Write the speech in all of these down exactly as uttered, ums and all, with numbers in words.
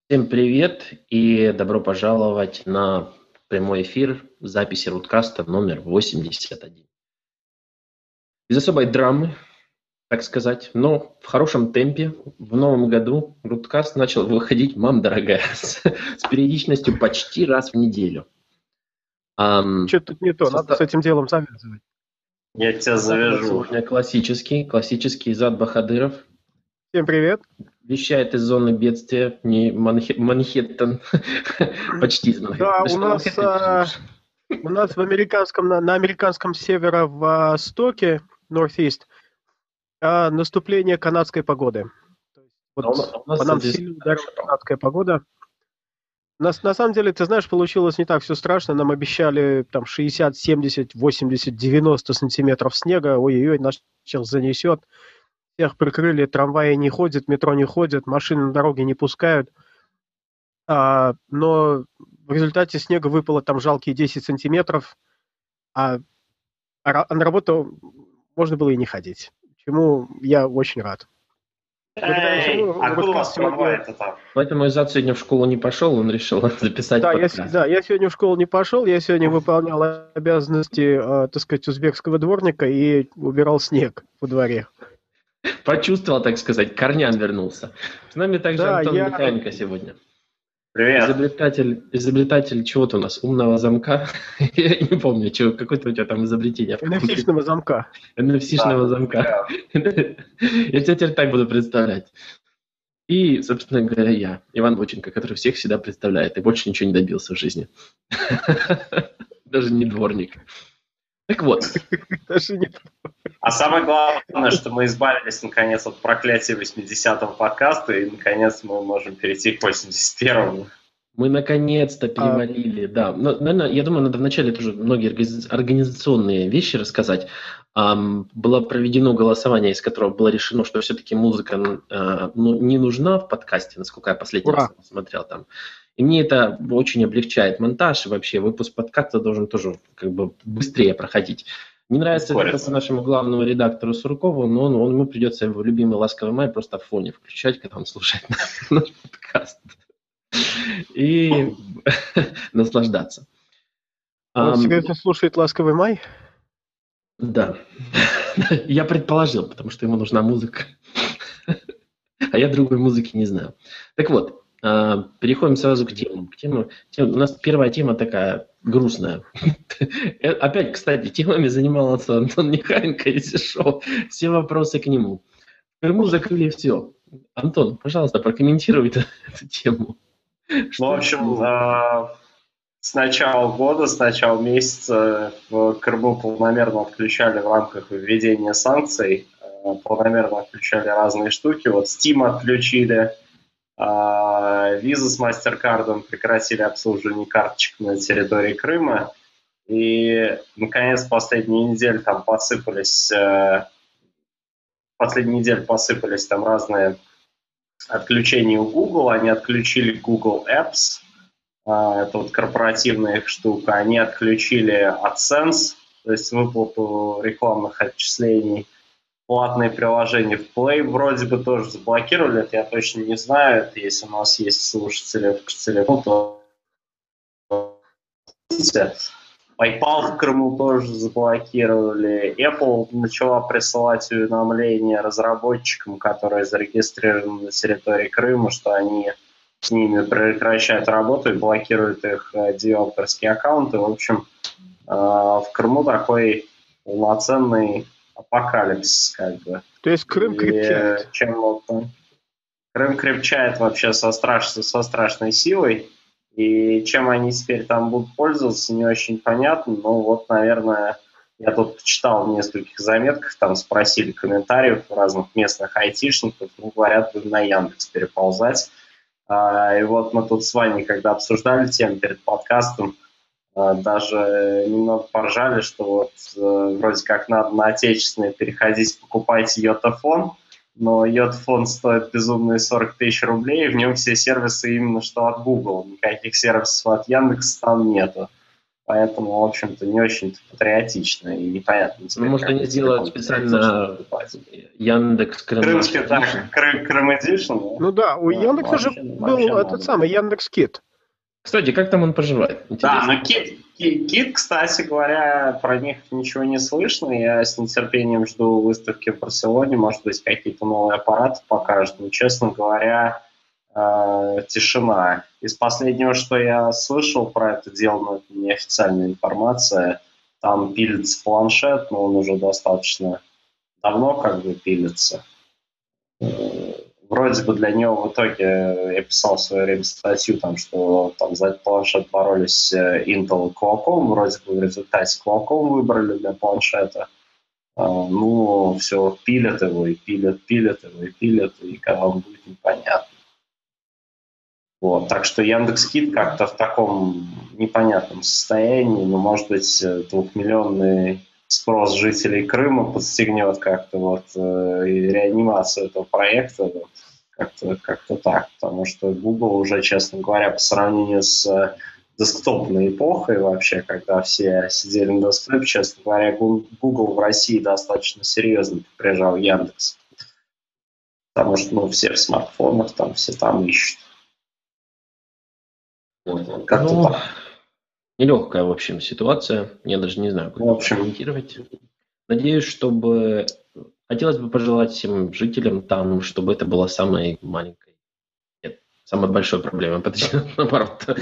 Всем привет и добро пожаловать на прямой эфир записи Руткаста номер восемьдесят один. Без особой драмы, так сказать, но в хорошем темпе в новом году Руткаст начал выходить, мам дорогая, с, с периодичностью почти раз в неделю. Ам, Что-то тут не то, надо состав- с этим делом завязывать. Я тебя состав у нас завяжу. сегодня классический, классический Изат Бахадыров. Всем привет. Вещает из зоны бедствия, не Манхе- Манхэттен, почти из Манхэттена. Да, Да у что нас, Манхэттен, а, чушь. у нас в американском, на, на американском северо-востоке, Northeast, а, наступление канадской погоды. То есть А у нас, Вот а у нас, по нам соответственно, сильно ударила хорошая погода. канадская погода. Нас, на самом деле, ты знаешь, получилось не так все страшно. Нам обещали там шестьдесят, семьдесят, восемьдесят, девяносто сантиметров снега. Ой-ой-ой, нас сейчас занесет. Всех прикрыли, трамваи не ходят, метро не ходят, машины на дороге не пускают. А, но в результате снега выпало там жалкие десять сантиметров, а, а ра- а на работу можно было и не ходить. Чему я очень рад. Благодаря чему Эй, а откуда у Руткаст вас сегодня... трамвай-то там? Поэтому Изат сегодня в школу не пошел, он решил записать Да я, с- подкаст. да, я сегодня в школу не пошел, я сегодня выполнял обязанности, э, так сказать, узбекского дворника и убирал снег во дворе. Почувствовал, так сказать, корням вернулся. С нами также Да, Антон я... Михайенко сегодня. Привет. Изобретатель, изобретатель чего-то у нас, умного замка. Я не помню, чего, какое-то у тебя там изобретение. эн эф си-шного замка. эн эф си-шного Да, замка. Я тебя теперь так буду представлять. И, собственно говоря, я, Иван Воченко, который всех всегда представляет и больше ничего не добился в жизни. Даже не дворник. Так вот, Даже не... А самое главное, что мы избавились наконец от проклятия восьмидесятого подкаста, и наконец мы можем перейти к восемьдесят первому. мы наконец-то перевалили, да. Но, наверное, я думаю, надо вначале тоже многие организ- организационные вещи рассказать. Ам, было проведено голосование, из которого было решено, что все-таки музыка а, ну, не нужна в подкасте, насколько я последний Ура. раз смотрел там. И мне это очень облегчает монтаж, и вообще выпуск подкаста должен тоже как бы быстрее проходить. Не нравится это Ускориться. только нашему главному редактору Суркову, но он, он, ему придется его любимый «Ласковый май» просто в фоне включать, когда он слушает наш подкаст. И наслаждаться. Он Ам, серьезно слушает «Ласковый май»? да, я предположил, потому что ему нужна музыка, а я другой музыки не знаю. Так вот, а, переходим сразу к темам. К темам. Тем- У нас первая тема такая грустная. Э, Опять, кстати, темами занимался Антон Михайенко, если шо. Все вопросы к нему. В Крыму закрыли все. Антон, пожалуйста, прокомментируй эту, эту тему. Ну, Что в это общем, было? э, с начала года, с начала месяца в Крыму полномерно отключали в рамках введения санкций, э, полномерно отключали разные штуки. Вот Steam отключили, а, визы с MasterCard прекратили обслуживание карточек на территории Крыма. И, наконец, последние недели там посыпались, э, последние недели посыпались там разные отключения у Google. Они отключили Google Apps, э, это вот корпоративная их штука. Они отключили AdSense, то есть выплату рекламных отчислений. Платные приложения в Play вроде бы тоже заблокировали, это я точно не знаю. Это если у нас есть слушатели в телефон, то PayPal в Крыму тоже заблокировали. Apple начала присылать уведомления разработчикам, которые зарегистрированы на территории Крыма, что они с ними прекращают работу и блокируют их э, девелоперские аккаунты. В общем, э, в Крыму такой полноценный апокалипсис, как бы. То есть Крым И крепчает. чем вот, э, Крым крепчает вообще со, страш... со страшной силой. И чем они теперь там будут пользоваться, не очень понятно. Ну вот, наверное, я тут почитал в нескольких заметках, там спросили комментариев разных местных айтишников, ну, говорят, будем на Яндекс переползать. А, и вот мы тут с Ваней, когда обсуждали тему перед подкастом, а, даже немного поржали, что вот э, вроде как надо на отечественные переходить, покупать йотафон, но йотафон стоит безумные сорок тысяч рублей, и в нем все сервисы именно что от Google. Никаких сервисов от Яндекса там нету. Поэтому, в общем-то, не очень патриотично и непонятно. Ну, может, они сделают специально Яндекс Крым. Крымский, так, Крым Эдишн. Ну да, у Яндекса же был этот самый Яндекс.Кит. Кстати, как там он поживает? Интересно. Да, но Кит, Кит, Кит, кстати говоря, про них ничего не слышно. Я с нетерпением жду выставки в Барселоне. Может быть, какие-то новые аппараты покажут. Но, честно говоря, э, тишина. Из последнего, что я слышал про это дело, но это неофициальная информация, там пилится планшет, но он уже достаточно давно как бы пилится. Вроде бы для него в итоге, я писал в свое время статью, там, что там за этот планшет боролись Intel и Qualcomm, вроде бы в результате Qualcomm выбрали для планшета. Ну, все, пилят его и пилят, пилят его и пилят, и когда он будет, непонятно. Вот. Так что Яндекс.Кит как-то в таком непонятном состоянии, но, может быть, двухмиллионный спрос жителей Крыма подстегнет как-то вот э, реанимацию этого проекта, вот, как-то, как-то так, потому что Google уже, честно говоря, по сравнению с э, десктопной эпохой вообще, когда все сидели на десктопе, честно говоря, Google в России достаточно серьезно прижал Яндекс, потому что, ну, все в смартфонах, там все там ищут. Вот, как-то ну, так. Нелегкая, в общем, ситуация. Я даже не знаю, как в общем, комментировать. Надеюсь, чтобы... Хотелось бы пожелать всем жителям там, чтобы это была самой маленькой... Нет, самой большой проблемой. Потому наоборот. То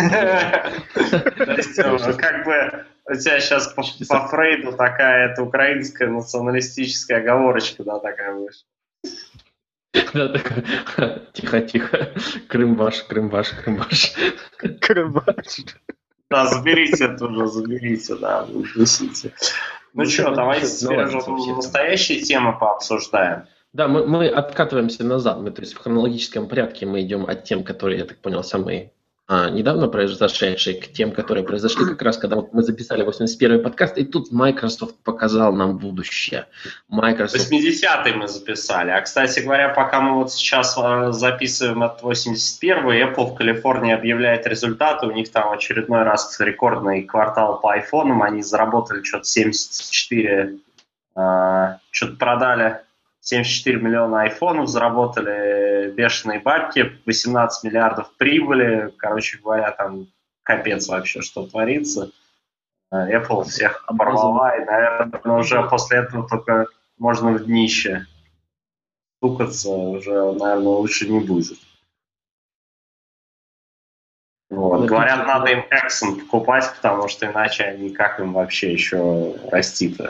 есть, как бы у тебя сейчас по Фрейду такая это украинская националистическая оговорочка, да, такая вышла. Да, такая, тихо, тихо, Крым ваш, Крым ваш, Крым ваш. Крым ваш. Да, заберите это уже, заберите, да, несите. Ну, ну что, давайте теперь уже настоящие темы пообсуждаем. Да, мы, мы откатываемся назад, мы, то есть в хронологическом порядке мы идем от тем, которые, я так понял, самые а, недавно произошедшие, к тем, которые произошли как раз, когда вот мы записали восемьдесят первый подкаст, и тут Microsoft показал нам будущее. Microsoft... восьмидесятый мы записали, а, кстати говоря, пока мы вот сейчас записываем от восемьдесят первый, Apple в Калифорнии объявляет результаты, у них там очередной раз рекордный квартал по айфонам, они заработали что-то семьдесят четыре, а, что-то продали семьдесят четыре миллиона айфонов, заработали бешеные бабки, восемнадцать миллиардов прибыли. Короче говоря, там капец вообще, что творится. Apple всех оборвала, и, наверное, уже после этого только можно в днище стукаться, уже, наверное, лучше не будет. Вот. Говорят, надо им Exxon покупать, потому что иначе они как им вообще еще расти-то?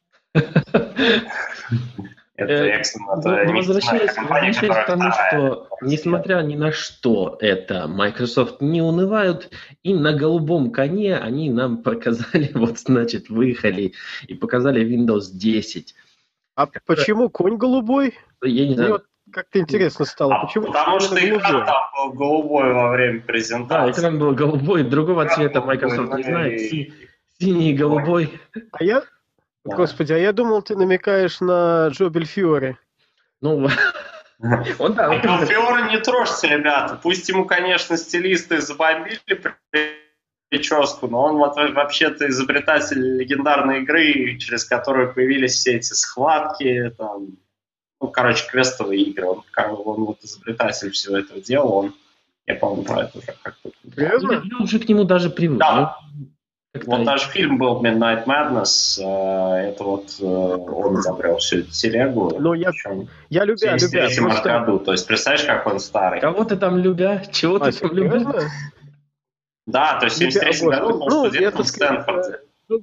Это Exxon, это возвращаясь, компания, возвращаясь к тому, что несмотря ни на что это, Microsoft не унывают, и на голубом коне они нам показали, вот значит, выехали и показали Windows десять. А это... почему конь голубой? Я не знаю. Мне вот как-то интересно стало. А почему потому что экран там был голубой во время презентации. Да, экран был голубой, другого экран цвета Microsoft не знает. И... Синий и голубой. А я... Да. Господи, а я думал, ты намекаешь на Джо Бельфиоре. Ну, он да. Бельфиоре не трожьте, ребята. Пусть ему, конечно, стилисты забомбили прическу, но он вообще-то изобретатель легендарной игры, через которую появились все эти схватки, там, ну, короче, квестовые игры. Он, он вот изобретатель всего этого дела. Он, я помню про это уже как-то. Серьезно? Я уже к нему даже привык. Да. Вот даже фильм был Midnight Madness, это вот он изобрел всю эту телегу. Ну, я, я любя, любя. Просто... году. То есть, представляешь, как он старый. Кого ты там любя? Чего а, ты там любя? Да, то есть в семьдесят третьем году он был ну, студентом в Стэнфорде. Ну,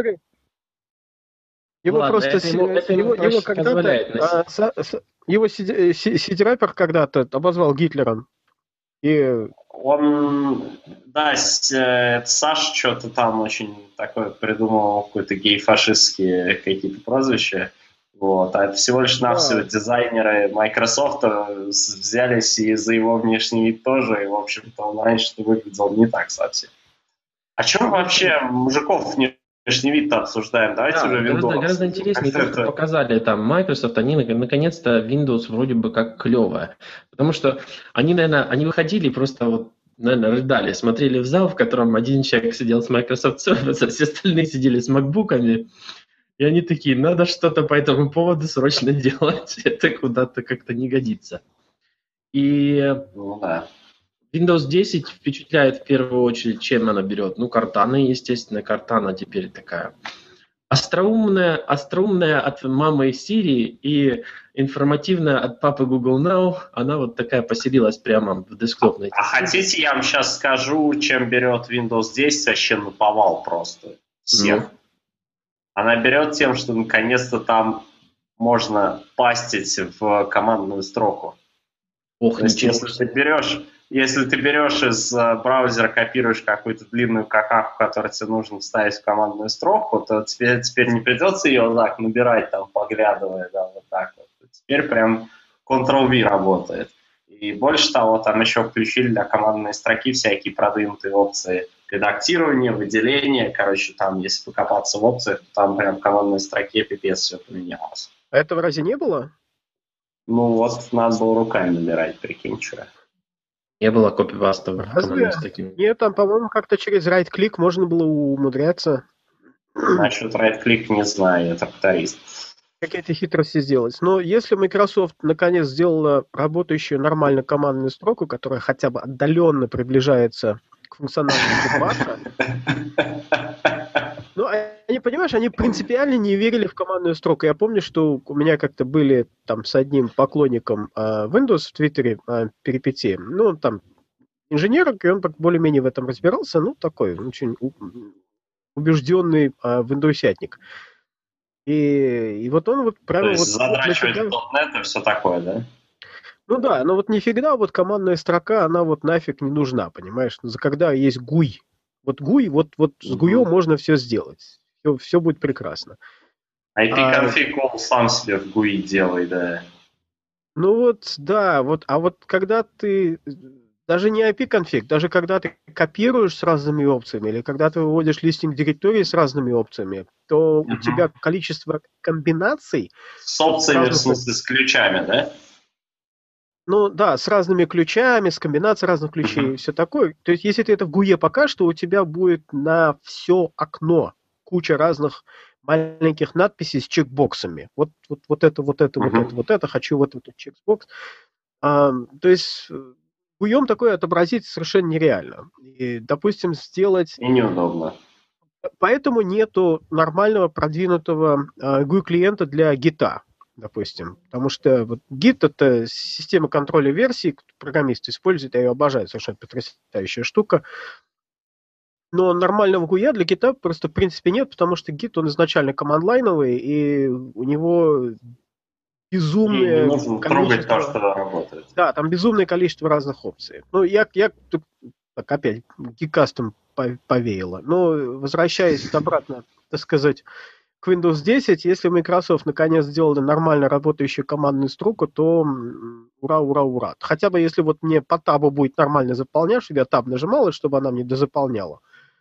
его Ладно, просто... Это ему, это его, его когда-то... А, с, с, его сидирапер когда-то обозвал Гитлером. И... Он, да, Саша что-то там очень такое придумал, какое-то гей-фашистские какие-то прозвища. Вот. А это всего лишь навсего да. дизайнеры Microsoft взялись и за его внешний вид тоже. И, в общем-то, он раньше выглядел не так совсем. А чем вообще мужиков внешний вид-то обсуждаем? Давайте да, уже Windows. Гораздо, гораздо интереснее, то, что показали там Microsoft, они наконец-то Windows вроде бы как клевая. Потому что они, наверное, они выходили просто вот наверное, рыдали, смотрели в зал, в котором один человек сидел с Microsoft Surface, а все остальные сидели с макбуками, и они такие, надо что-то по этому поводу срочно делать, это куда-то как-то не годится. И Ну да. Windows десять впечатляет в первую очередь, чем она берет. Ну, Cortana, естественно, Cortana теперь такая остроумная, остроумная от мамы Siri и информативная от папы Google Now. Она вот такая поселилась прямо в десктопной. А хотите, я вам сейчас скажу, чем берет Windows десять, вообще наповал просто всех. Ну. Она берет тем, что наконец-то там можно пастить в командную строку. Ох, То есть, если ты берешь, если ты берешь из браузера, копируешь какую-то длинную какаху, которую тебе нужно вставить в командную строку, то тебе теперь не придется ее вот так набирать, там, поглядывая, да, вот так вот. Теперь прям контрол-ви работает. И больше того, там еще включили для командной строки всякие продвинутые опции редактирования, выделения. Короче, там, если покопаться в опциях, то там прям в командной строке пипец все поменялось. А этого разве не было? Ну вот, надо было руками набирать, прикинь, что. Не было копипаста в командной строке. Нет, там, по-моему, как-то через right-клик можно было умудряться. Насчет right-клик не знаю, я тракторист. Какие-то хитрости сделать. Но если Microsoft наконец сделала работающую нормально командную строку, которая хотя бы отдаленно приближается к функциональности Баша, ну, они, понимаешь, они принципиально не верили в командную строку. Я помню, что у меня как-то были там с одним поклонником uh, Windows в Твиттере uh, перипетии. Ну, он там инженер, и он более-менее в этом разбирался. Ну, такой очень убежденный uh, виндовсятник. И, и вот он вот прямо... То есть вот, задрачивать вот .дот нет и все такое, да? Ну да, но вот нифига вот командная строка, она вот нафиг не нужна, понимаешь? Когда есть гуй. Вот гуй, вот, вот с угу. гуем можно все сделать. Все, все будет прекрасно. ай пи-конфиг а, сам себе в гуи делай, да. Ну вот, да, вот, а вот когда ты... Даже не ай пи-конфиг, даже когда ты копируешь с разными опциями, или когда ты выводишь листинг директории с разными опциями, то uh-huh. у тебя количество комбинаций... С опциями, разных... в смысле, с ключами, да? Ну да, с разными ключами, с комбинацией разных ключей uh-huh. и все такое. То есть если ты это в гуе покажешь, то у тебя будет на все окно куча разных маленьких надписей с чекбоксами. Вот, вот, вот это, вот это, uh-huh. вот это, вот это, хочу вот этот чекбокс. А, то есть... Гуем такое отобразить совершенно нереально. И, допустим, сделать... И неудобно. Поэтому нету нормального продвинутого э, гуй-клиента для гита, допустим. Потому что вот гит — это система контроля версий, программисты используют, я ее обожаю, совершенно потрясающая штука. Но нормального гуя для гита просто в принципе нет, потому что гит, он изначально команд-лайновый, и у него... безумное не нужно трогать то, что работает. Да, там безумное количество разных опций. Ну, я, я тут, так, опять, гикастом повеяло. Но, возвращаясь обратно, так сказать, к Windows десять, если Microsoft наконец сделала нормально работающую командную строку, то ура, ура, ура. Хотя бы если вот мне по табу будет нормально заполнять, чтобы я таб нажимал, и чтобы она мне дозаполняла,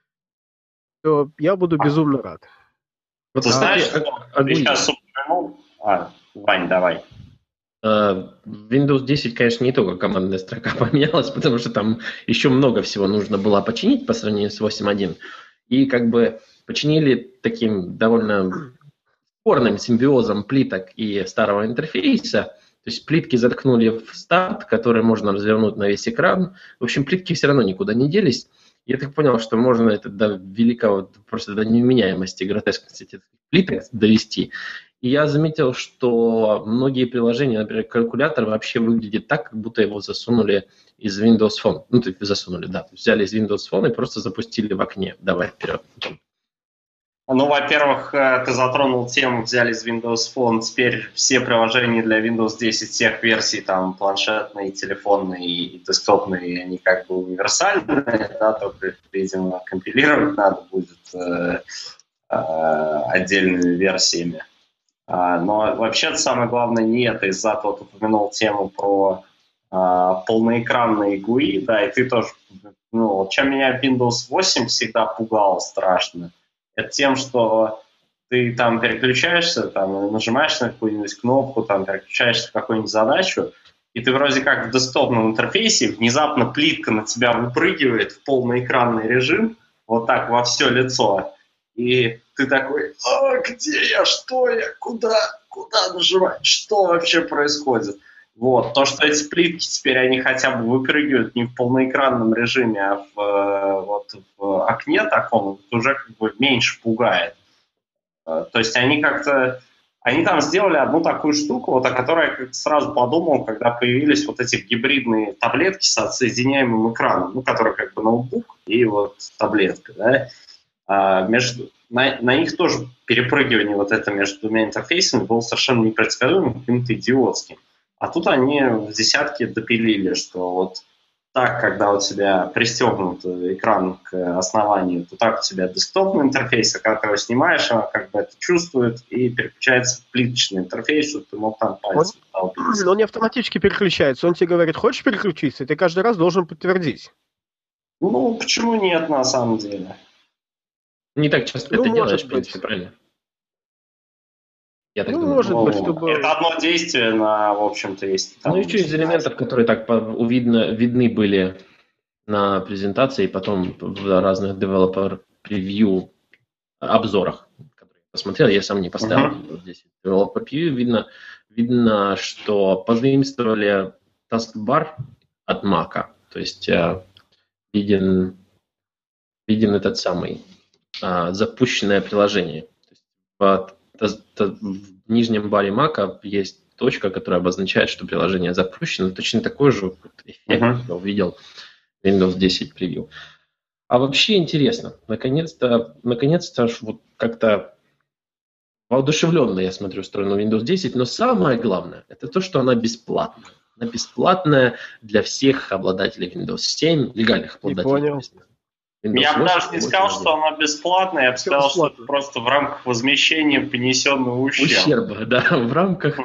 то я буду безумно рад. Вот, а, знаешь, а, а, ты сейчас упомянул... А, Вань, давай. Windows десять, конечно, не только командная строка поменялась, потому что там еще много всего нужно было починить по сравнению с восемь точка один. И как бы починили таким довольно спорным симбиозом плиток и старого интерфейса. То есть плитки заткнули в старт, который можно развернуть на весь экран. В общем, плитки все равно никуда не делись. Я так понял, что можно это до великого, просто до невменяемости, гротескности этих плиток довести. И я заметил, что многие приложения, например, калькулятор вообще выглядит так, как будто его засунули из Windows Phone. Ну, то есть засунули, да. Взяли из Windows Phone и просто запустили в окне. Давай вперед. Ну, во-первых, ты затронул тему, взяли из Windows Phone. Теперь все приложения для Windows десять всех версий, там, планшетные, телефонные и десктопные, они как бы универсальные, да, только, видимо, компилировать надо будет э, э, отдельными версиями. Но вообще-то самое главное не это. Из-за того, ты упомянул тему про а, полноэкранные гуи, да, и ты тоже, ну, вот чем меня Windows восемь всегда пугал страшно, это тем, что ты там переключаешься, там, нажимаешь на какую-нибудь кнопку, там, переключаешься на какую-нибудь задачу, и ты вроде как в десктопном интерфейсе, внезапно плитка на тебя выпрыгивает в полноэкранный режим, вот так во все лицо, и ты такой, а, где я, что я, куда, куда нажимать, что вообще происходит? Вот, то, что эти плитки теперь, они хотя бы выпрыгивают не в полноэкранном режиме, а в, вот, в окне таком, это уже как бы меньше пугает. То есть они как-то, они там сделали одну такую штуку, вот, о которой я как-то сразу подумал, когда появились вот эти гибридные таблетки с отсоединяемым экраном, ну, которые как бы ноутбук и вот таблетка, да. А между, на, на них тоже перепрыгивание вот это между двумя интерфейсами было совершенно непредсказуемым, каким-то идиотским. А тут они в десятке допилили, что вот так, когда у тебя пристегнут экран к основанию, то так у тебя десктопный интерфейс, а когда ты его снимаешь, он как бы это чувствует и переключается в плиточный интерфейс, чтобы ты мог там пальцем толпиться. Он не автоматически переключается, он тебе говорит, хочешь переключиться, и ты каждый раз должен подтвердить. Ну, почему нет, на самом деле? Не так часто ну, это делаешь, быть. в принципе, правильно? Я так ну, думаю. может ну, быть, чтобы... Это одно действие на, в общем-то, есть... Там, ну, еще из элементов, которые так увидно, видны были на презентации, потом в разных developer-превью обзорах, которые я посмотрел, я сам не поставил uh-huh. здесь. Developer-превью видно, видно, что позаимствовали taskbar от Mac, то есть э, виден, виден этот самый э, запущенное приложение. То есть, в, в нижнем баре Mac есть точка, которая обозначает, что приложение запущено. Точно такой же эффект uh-huh. я увидел в Windows десять превью. А вообще интересно. Наконец-то, наконец-то вот как-то воодушевленно я смотрю сторону Windows десять, но самое главное, это то, что она бесплатная. Она бесплатная для всех обладателей Windows семь, легальных обладателей. Не понял. Windows я бы даже не сказал, что она бесплатная, я бы сказал, что это просто в рамках возмещения понесенного ущерба. Ущерба, да, в рамках...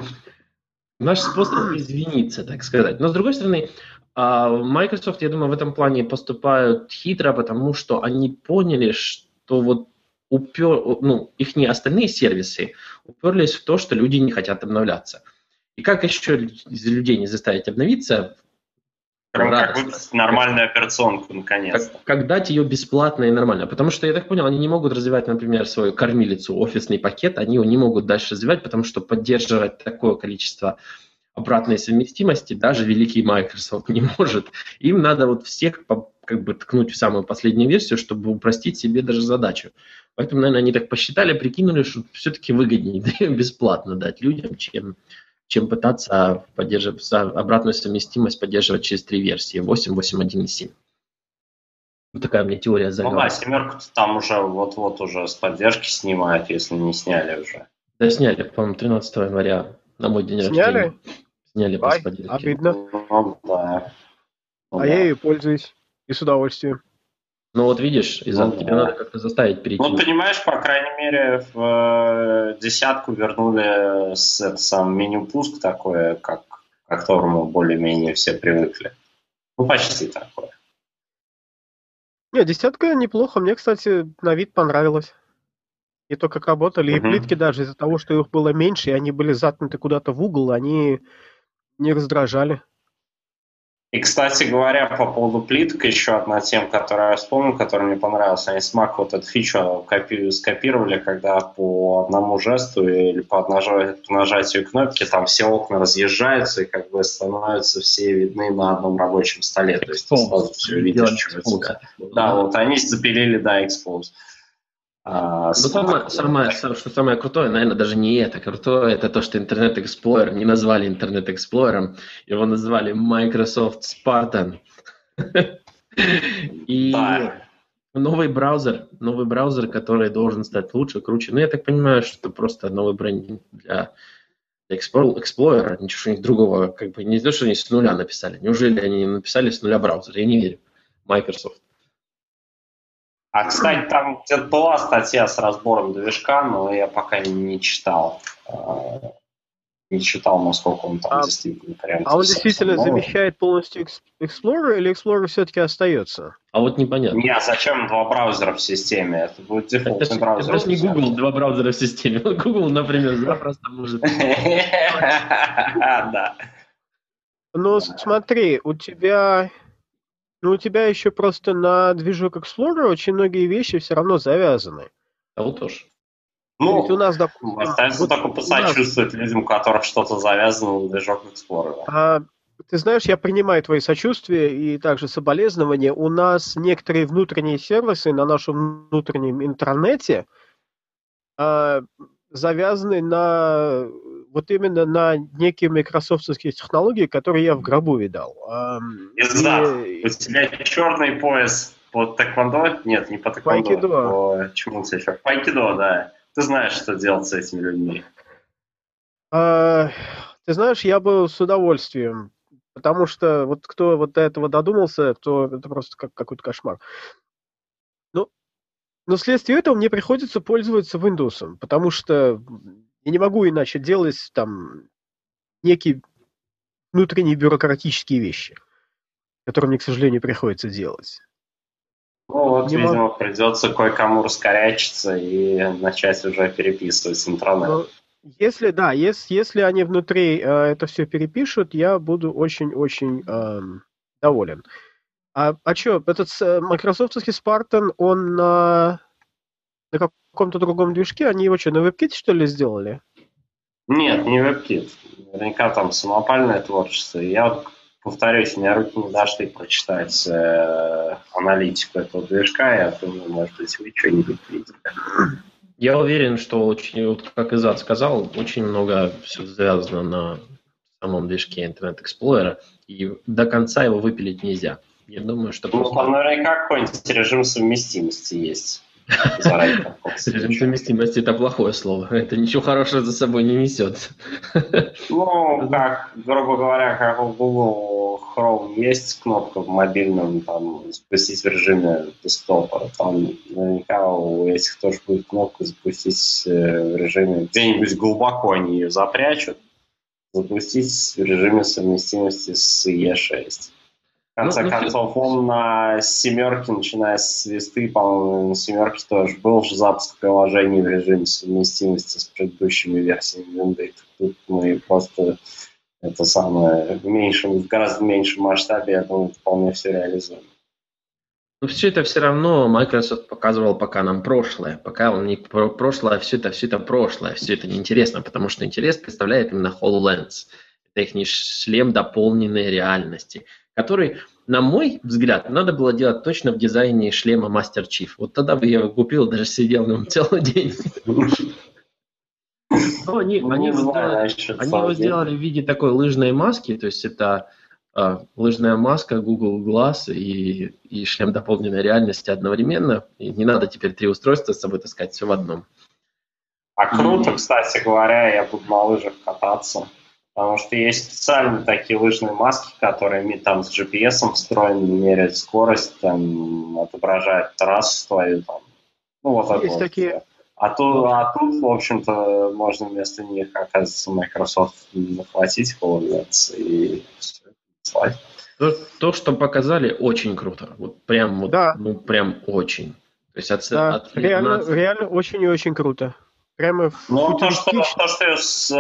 Наш способ извиниться, так сказать. Но, с другой стороны, Microsoft, я думаю, в этом плане поступают хитро, потому что они поняли, что вот упер... ну, их не остальные сервисы уперлись в то, что люди не хотят обновляться. И как еще людей не заставить обновиться? Прям как выпустить нормальную операционку, наконец-то. Как, как дать ее бесплатно и нормально. Потому что, я так понял, они не могут развивать, например, свою кормилицу, офисный пакет, они его не могут дальше развивать, потому что поддерживать такое количество обратной совместимости даже великий Microsoft не может. Им надо вот всех как бы ткнуть в самую последнюю версию, чтобы упростить себе даже задачу. Поэтому, наверное, они так посчитали, прикинули, что все-таки выгоднее бесплатно дать людям, чем... чем пытаться поддерживать обратную совместимость, поддерживать через три версии, восемь, восемь, один и семь. Вот такая у меня теория заговора. Ну да, семерку там уже вот-вот уже с поддержки снимают, если не сняли уже. Да, сняли, по-моему, тринадцатого января на мой день сняли? рождения. Сняли без Ай, поддержки. обидно. Ну, да. Ну, а да. я ею пользуюсь и с удовольствием. Ну вот видишь, из-за Ну, тебя да. надо как-то заставить перейти. Ну, понимаешь, по крайней мере, в э, десятку вернули с это сам меню пуск такое, как, к которому более-менее все привыкли. Ну, почти такое. Не, десятка неплохо. Мне, кстати, на вид понравилось. И то, как работали. И Мгм. плитки даже из-за того, что их было меньше, и они были загнуты куда-то в угол, они не раздражали. И, кстати говоря, по поводу плиток, еще одна тема, которую я вспомнил, которая мне понравилась. Они с Mac вот эту фичу копи- скопировали, когда по одному жесту или по, нажа- по нажатию кнопки там все окна разъезжаются и как бы становятся все видны на одном рабочем столе. То есть ты сразу все видишь, что у тебя. Да, вот они запилили, да, Expose. А, Ну, с- самое, самое, сам- что самое крутое, наверное, даже не это. Крутое это то, что Internet Explorer не назвали Internet Explorer, его назвали Microsoft Spartan. И Да. новый браузер, новый браузер, который должен стать лучше, круче. Ну, я так понимаю, что это просто новый брендинг для Explorer, ничего другого, как бы не то, что они с нуля написали. Неужели они написали с нуля браузер? Я не верю. Microsoft. А, кстати, там где-то была статья с разбором движка, но я пока не читал. а, Не читал, насколько он там А- действительно прям... А он совсем действительно новый. замещает полностью Экс- Explorer, или Explorer все-таки остается? А вот непонятно. Не, а зачем два браузера в системе? Это будет Это дефолтный же браузер. это ж не Google, два браузера в системе. Google, например, запросто может... Да. Ну, смотри, у тебя, ну, у тебя еще просто на движок Explorer очень многие вещи все равно завязаны. А вот тоже. Ведь у Ну, нас, допустим, остается вот только у нас, посочувствовать людям, у которых что-то завязано на движок Explorer. а, ты знаешь, я принимаю твои сочувствия и также соболезнования. У нас некоторые внутренние сервисы на нашем внутреннем интернете а, завязаны на вот именно на некие майкрософтовские технологии, которые я в гробу видал. Ам, Иззад, И у тебя черный пояс по тэквондо? Нет, не по по тэквондо, айкидо. по чему у тебя черт? По айкидо, да. Ты знаешь, что делать с этими людьми. А, Ты знаешь, я бы с удовольствием, потому что вот кто вот до этого додумался, то это просто как какой-то кошмар. Ну, но вследствие этого мне приходится пользоваться Windows, потому что я не могу иначе делать там некие внутренние бюрократические вещи, которые мне, к сожалению, приходится делать. Ну вот, Не могу. видимо, придется кое-кому раскорячиться и начать уже переписывать с интернета. Но если, да, если, если они внутри э, это все перепишут, я буду очень-очень эм, доволен. А, а что, этот э, майкрософтовский Spartan, он на, на каком-то другом движке? Они его что, на WebKit, что ли, сделали? Нет, не WebKit. Наверняка там самопальное творчество. Я вот повторюсь, у меня руки не дошли прочитать э, аналитику этого движка. Я думаю, может быть, вы что-нибудь видели. Я уверен, что очень, вот как Изат сказал, очень много все завязано на самом движке Internet Explorer, и до конца его выпилить нельзя. Я думаю, что Ну, просто... там наверняка какой-нибудь режим совместимости есть. Режим совместимости – это плохое слово. Это ничего хорошего за собой не несет. Ну, как, грубо говоря, как у Google Chrome есть кнопка в мобильном, там, запустить в режиме десктопа. Там наверняка у этих тоже будет кнопка запустить в режиме, где-нибудь глубоко они ее запрячут, запустить в режиме совместимости с и и шесть. В конце Ну, ну, концов, он на семерке, начиная с весты, по-моему, на семерке тоже был же запуск приложений в режиме совместимости с предыдущими версиями винды. Тут мы просто это самое в меньшем, в гораздо меньшем масштабе, я думаю, вполне все реализуем. Ну, все это все равно Microsoft показывал пока нам прошлое. Пока он не про прошлое, а все это, все это прошлое. Все это неинтересно, потому что интерес представляет именно HoloLens. Это их шлем дополненной реальности, который, на мой взгляд, надо было делать точно в дизайне шлема Master Chief. Вот тогда бы я его купил, даже сидел на нем целый день. Но они, Ну, они, не его знаю, сделали, насчет они его сделали в виде такой лыжной маски, то есть это э, лыжная маска, Google Glass и, и шлем дополненной реальности одновременно. И не надо теперь три устройства с собой таскать, все в одном. А круто, И- кстати говоря, я буду на лыжах кататься. Потому что есть специальные такие лыжные маски, которые ми- там с джи пи эс встроены, меряют скорость, там, отображают трассу твою. Там. Ну, вот это Есть вот. такие. А тут, а тут, в общем-то, можно вместо них, оказывается, Microsoft захватить HoloLens и все это слать. То, то, что показали, очень круто. Вот прям, вот, Да, ну прям очень. То есть от, да, от, реально, нас- реально очень и очень круто. Прямо Ну, то, что, футуристично. то, что с э,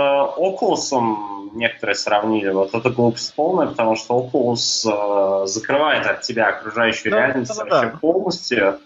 Oculus некоторые сравнили, вот это глупость полная, потому что Oculus э, закрывает от тебя окружающую Да, реальность да, вообще да. полностью,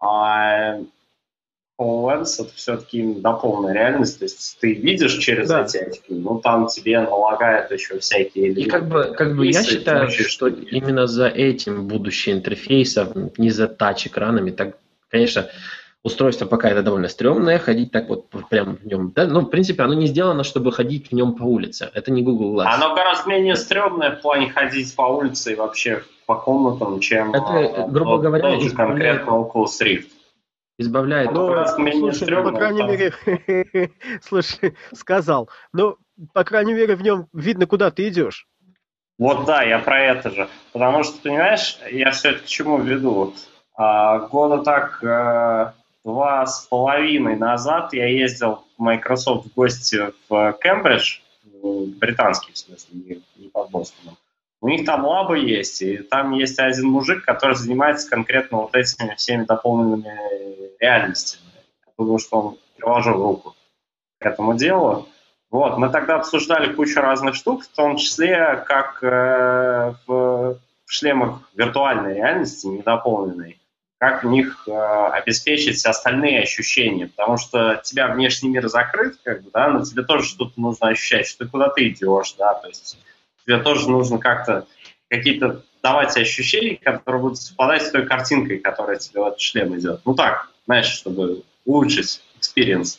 а HoloLens это все-таки именно дополненная реальность, то есть ты видишь через Да. эти очки, но там тебе налагают еще всякие И как бы, как бы я интерфейсы и считаю, прочие что штуки. именно за этим будущее интерфейсов, не за тач-экранами. Так, конечно, устройство пока это довольно стрёмное, ходить так вот прям в нем. Да? Ну, в принципе, оно не сделано, чтобы ходить в нем по улице. Это не Google Glass. Оно гораздо менее стрёмное в плане ходить по улице и вообще по комнатам, чем Это, э, грубо тот- говоря, тот же избавляет, конкретно Oculus Rift. избавляет Оно Ну, гораздо менее слушай, ну, по стрёмное, крайней там- мере, слушай, сказал. Ну, по крайней мере, в нем видно, куда ты идешь. Вот да, я про это же. Потому что, понимаешь, я все это к чему веду? А, года так э, два с половиной назад я ездил в Microsoft в гости в Кембридж, в британский, в смысле, не, не под Бостоном. У них там лабы есть, и там есть один мужик, который занимается конкретно вот этими всеми дополненными реальностями. Я думаю, что он приложил руку к этому делу. Вот, мы тогда обсуждали кучу разных штук, в том числе, как э, в, в шлемах виртуальной реальности, недополненной, как в них э, обеспечить все остальные ощущения, потому что у тебя внешний мир закрыт, как бы, да, но тебе тоже что-то нужно ощущать, что ты куда-то идешь, да, то есть тебе тоже нужно как-то какие-то давать ощущения, которые будут совпадать с той картинкой, которая тебе в этот шлем идет. Ну так, знаешь, чтобы улучшить experience.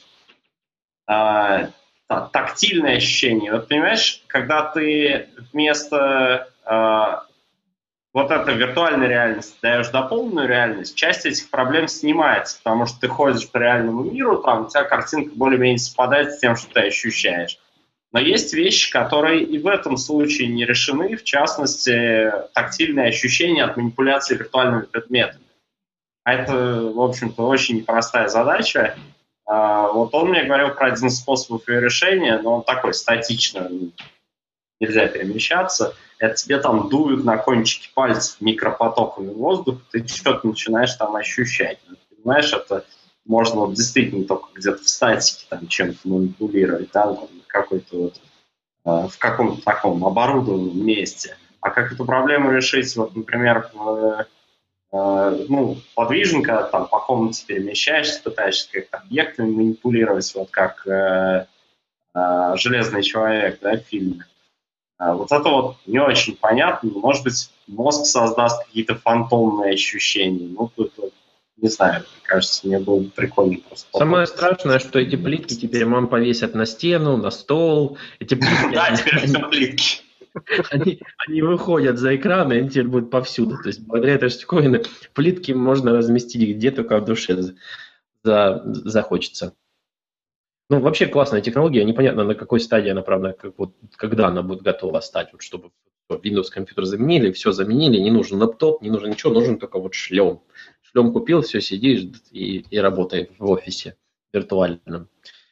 А, тактильное ощущение. Вот понимаешь, когда ты вместо а, вот этой виртуальной реальности даешь дополненную реальность, часть этих проблем снимается, потому что ты ходишь по реальному миру, там у тебя картинка более-менее совпадает с тем, что ты ощущаешь. Но есть вещи, которые и в этом случае не решены, в частности, тактильные ощущения от манипуляции виртуальными предметами. А это, в общем-то, очень непростая задача. Вот он мне говорил про один из способов ее решения, но он такой статичный, нельзя перемещаться. Это тебе там дуют на кончики пальцев микропотоками воздуха, ты что-то начинаешь там ощущать. Понимаешь, это можно вот действительно только где-то в статике там чем-то манипулировать, да, там, какой-то вот, э, в каком-то таком оборудованном месте. А как эту проблему решить, вот, например, в, э, ну, подвижен, когда там по комнате перемещаешься, пытаешься как-то объектами манипулировать, вот как э, э, «Железный человек», да, в фильме. А вот это вот не очень понятно. Может быть, мозг создаст какие-то фантомные ощущения. Ну, тут вот, не знаю, мне кажется, мне было бы прикольно просто. Самое страшное, что эти плитки теперь мам повесят на стену, на стол. Эти плитки... Да, теперь все плитки. Они, они выходят за экран, и они теперь будут повсюду. То есть благодаря этой штуковине плитки можно разместить где только в душе за, захочется. Ну, вообще классная технология. Непонятно, на какой стадии она, правда, как, вот, когда она будет готова стать, вот, чтобы Windows компьютер заменили, все заменили, не нужен лэптоп, не нужен ничего, нужен только вот шлем. Шлем купил, все, сидишь и, и работаешь в офисе виртуальном.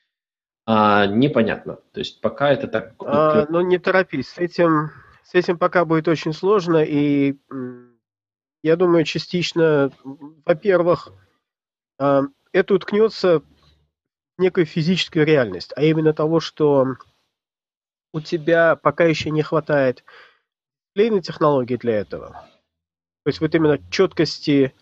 А, непонятно. То есть пока это так... А, ну, не торопись. С этим, с этим пока будет очень сложно. И я думаю, частично, во-первых, это уткнется в некую физическую реальность. А именно того, что у тебя пока еще не хватает дисплейной технологии для этого. То есть вот именно четкости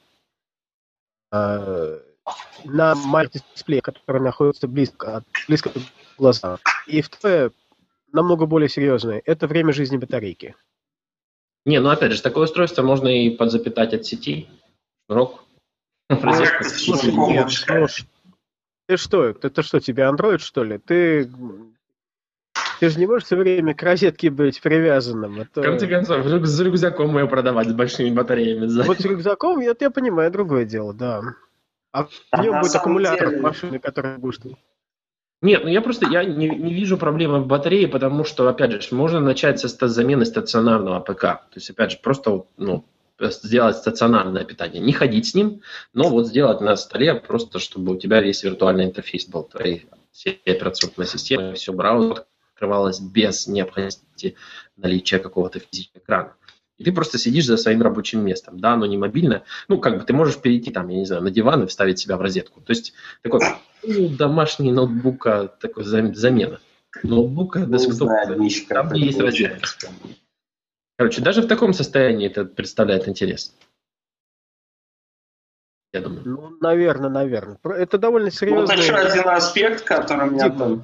э, на маленьком дисплее, который находится близко, близко к глазам. И второе, намного более серьезное, это время жизни батарейки. Не, ну опять же, такое устройство можно и подзапитать от сети. Шнурок. Слушай, нет, слушай. Ты что, это что, тебе Android, что ли? Ты... Ты же не можешь все время к розетке быть привязанным. Это... В конце концов, с рюкзаком ее продавать с большими батареями. Вот с рюкзаком, я, я понимаю, другое дело, да. А в а нем будет аккумулятор деле... машины, который будешь... Нет, ну я просто я не, не вижу проблемы в батарее, потому что, опять же, можно начать со замены стационарного ПК. То есть, опять же, просто ну, сделать стационарное питание. Не ходить с ним, но вот сделать на столе, просто чтобы у тебя весь виртуальный интерфейс был, твоей всей операционной системы, все браузер открывалось без необходимости наличия какого-то физического экрана. И ты просто сидишь за своим рабочим местом. Да, оно не мобильное. Ну, как бы ты можешь перейти там, я не знаю, на диван и вставить себя в розетку. То есть такой ну, домашний ноутбука, такой замена. Ноутбука, десктопа, там есть розетка. Короче, даже в таком состоянии это представляет интерес. Я думаю. Ну, наверное, наверное. Это довольно серьезно. Вот еще один аспект, который меня там...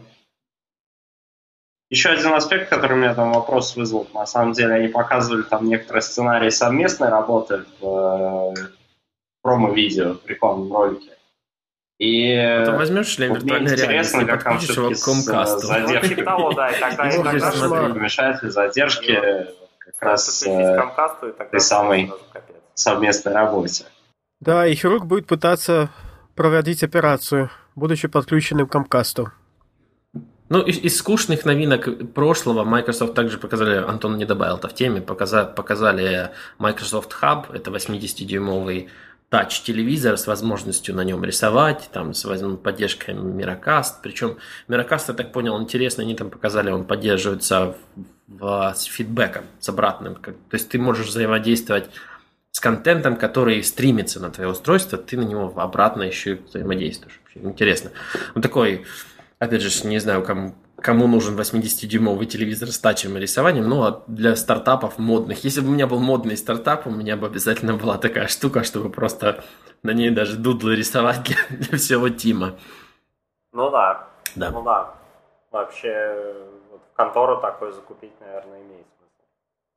Еще один аспект, который меня там вопрос вызвал. На самом деле, они показывали там некоторые сценарии совместной работы в э, промо-видео, в рекламном ролике. И а ты возьмешь шлем вот мне интересно, как там все-таки с задержкой. Помешает ли задержки как раз той самой совместной работе. Да, и хирург будет пытаться проводить операцию, будучи подключенным к Comcast. Ну, из, из скучных новинок прошлого Microsoft также показали, Антон не добавил это в теме, показали, показали Microsoft Hub, это восьмидесятидюймовый тач-телевизор с возможностью на нем рисовать, там, с поддержкой Miracast. Причем Miracast, я так понял, интересно, они там показали, он поддерживается в, в, с фидбэком, с обратным. Как, то есть ты можешь взаимодействовать с контентом, который стримится на твое устройство, ты на него обратно еще и взаимодействуешь. Интересно. Он такой... Опять же, не знаю, кому, кому нужен восьмидесятидюймовый телевизор с тачем и рисованием, ну, а для стартапов модных. Если бы у меня был модный стартап, у меня бы обязательно была такая штука, чтобы просто на ней даже дудлы рисовать для, для всего тима. Ну да. Да. Ну да. Вообще, вот в контору такой закупить, наверное, имеет смысл.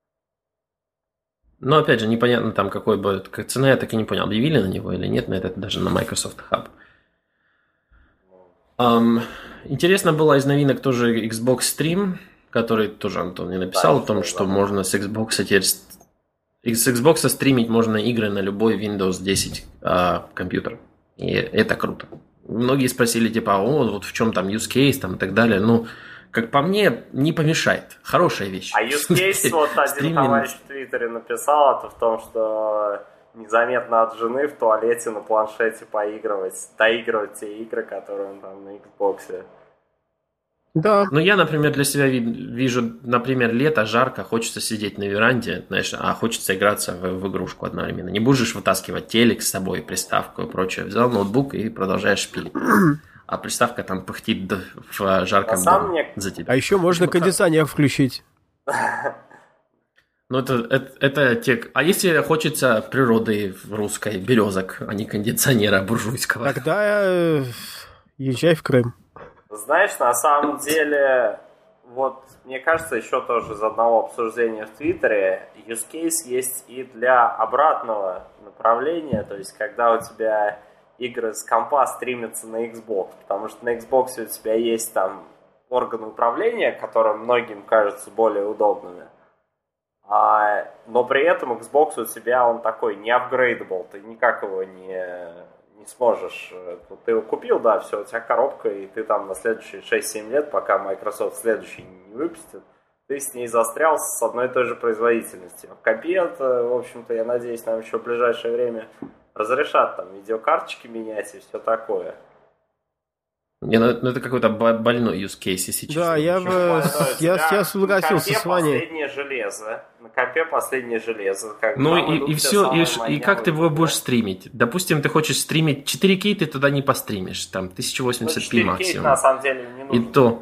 Но, опять же, непонятно там, какой будет цена, я так и не понял, объявили на него или нет, на этот даже на Microsoft Hub. Um, интересно было из новинок тоже Xbox Stream, который тоже Антон мне написал, да, о том, что да. можно с Xbox теперь с Xbox стримить можно игры на любой Windows десять uh, компьютер. И это круто. Многие спросили, типа, о, вот в чем там use case там, и так далее. Ну, как по мне, не помешает. Хорошая вещь. А use case, вот один товарищ в Твиттере написал, это в том, что незаметно от жены в туалете на планшете поигрывать, доигрывать те игры, которые он там на Xbox. Да. Ну, я, например, для себя вижу, например, лето, жарко, хочется сидеть на веранде, знаешь, а хочется играться в, в игрушку одновременно. Не будешь вытаскивать телек с собой, приставку и прочее. Взял ноутбук и продолжаешь шпилить. А приставка там пыхтит в жарком доме за тебя. А еще можно кондиционер включить. Ну, это, это, это те... А если хочется природы русской, березок, а не кондиционера буржуйского? Тогда э, езжай в Крым. Знаешь, на самом деле, вот, мне кажется, еще тоже из одного обсуждения в Твиттере, use case есть и для обратного направления, то есть, когда у тебя игры с компа стримятся на Xbox, потому что на Xbox у тебя есть там органы управления, которые многим кажутся более удобными. А, но при этом Xbox у тебя он такой не upgradable, ты никак его не, не сможешь. Ты его купил, да, все, у тебя коробка, и ты там на следующие шесть-семь лет, пока Microsoft следующий не выпустит, ты с ней застрял с одной и той же производительностью. В компе это, в общем-то, я надеюсь, нам еще в ближайшее время разрешат там видеокарточки менять и все такое. Не, ну, ну это какой-то больной use case, если честно. Да, я, бы, я, я согласился с вами. Последнее железо. На компе последнее железо. Как ну и, и все, и, и как ты его будешь стримить? Допустим, ты хочешь стримить четыре кей, ты туда не постримишь. Там тысяча восемьдесят пи ну, максимум. На самом деле не нужно. И то...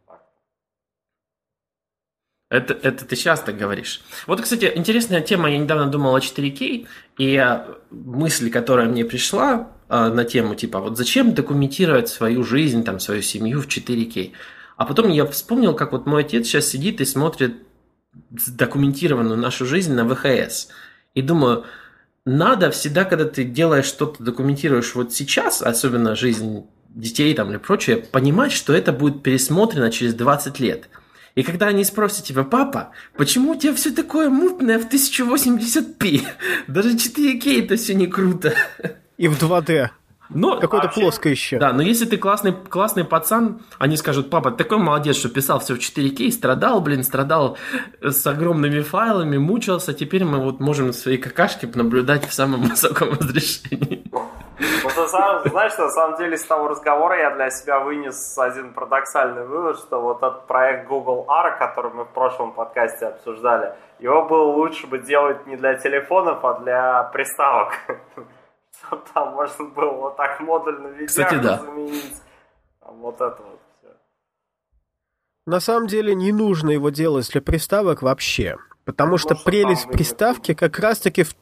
Это, это ты сейчас так говоришь. Вот, кстати, интересная тема. Я недавно думал о четыре кей, и мысль, которая мне пришла э, на тему, типа, вот зачем документировать свою жизнь, там, свою семью в четыре кей? А потом я вспомнил, как вот мой отец сейчас сидит и смотрит документированную нашу жизнь на вэ ха эс. И думаю, надо всегда, когда ты делаешь что-то, документируешь вот сейчас, особенно жизнь детей там или прочее, понимать, что это будет пересмотрено через двадцать лет. И когда они спросят тебя, папа, почему у тебя все такое мутное в тысяча восемьдесят пи? Даже четыре кей это все не круто. И в два дэ. Но, какое-то вообще, плоское еще. Да, но если ты классный, классный пацан, они скажут, папа, ты такой молодец, что писал все в четыре кей, страдал, блин, страдал с огромными файлами, мучился, теперь мы вот можем свои какашки наблюдать в самом высоком разрешении. Ну, ты знаешь, на самом деле, с того разговора я для себя вынес один парадоксальный вывод, что вот этот проект Google Ар, который мы в прошлом подкасте обсуждали, его было лучше бы делать не для телефонов, а для приставок. Чтобы там можно было вот так модульно видео да. заменить. Там вот это вот все. На самом деле не нужно его делать для приставок вообще. Потому ну, что прелесть приставки как раз-таки в...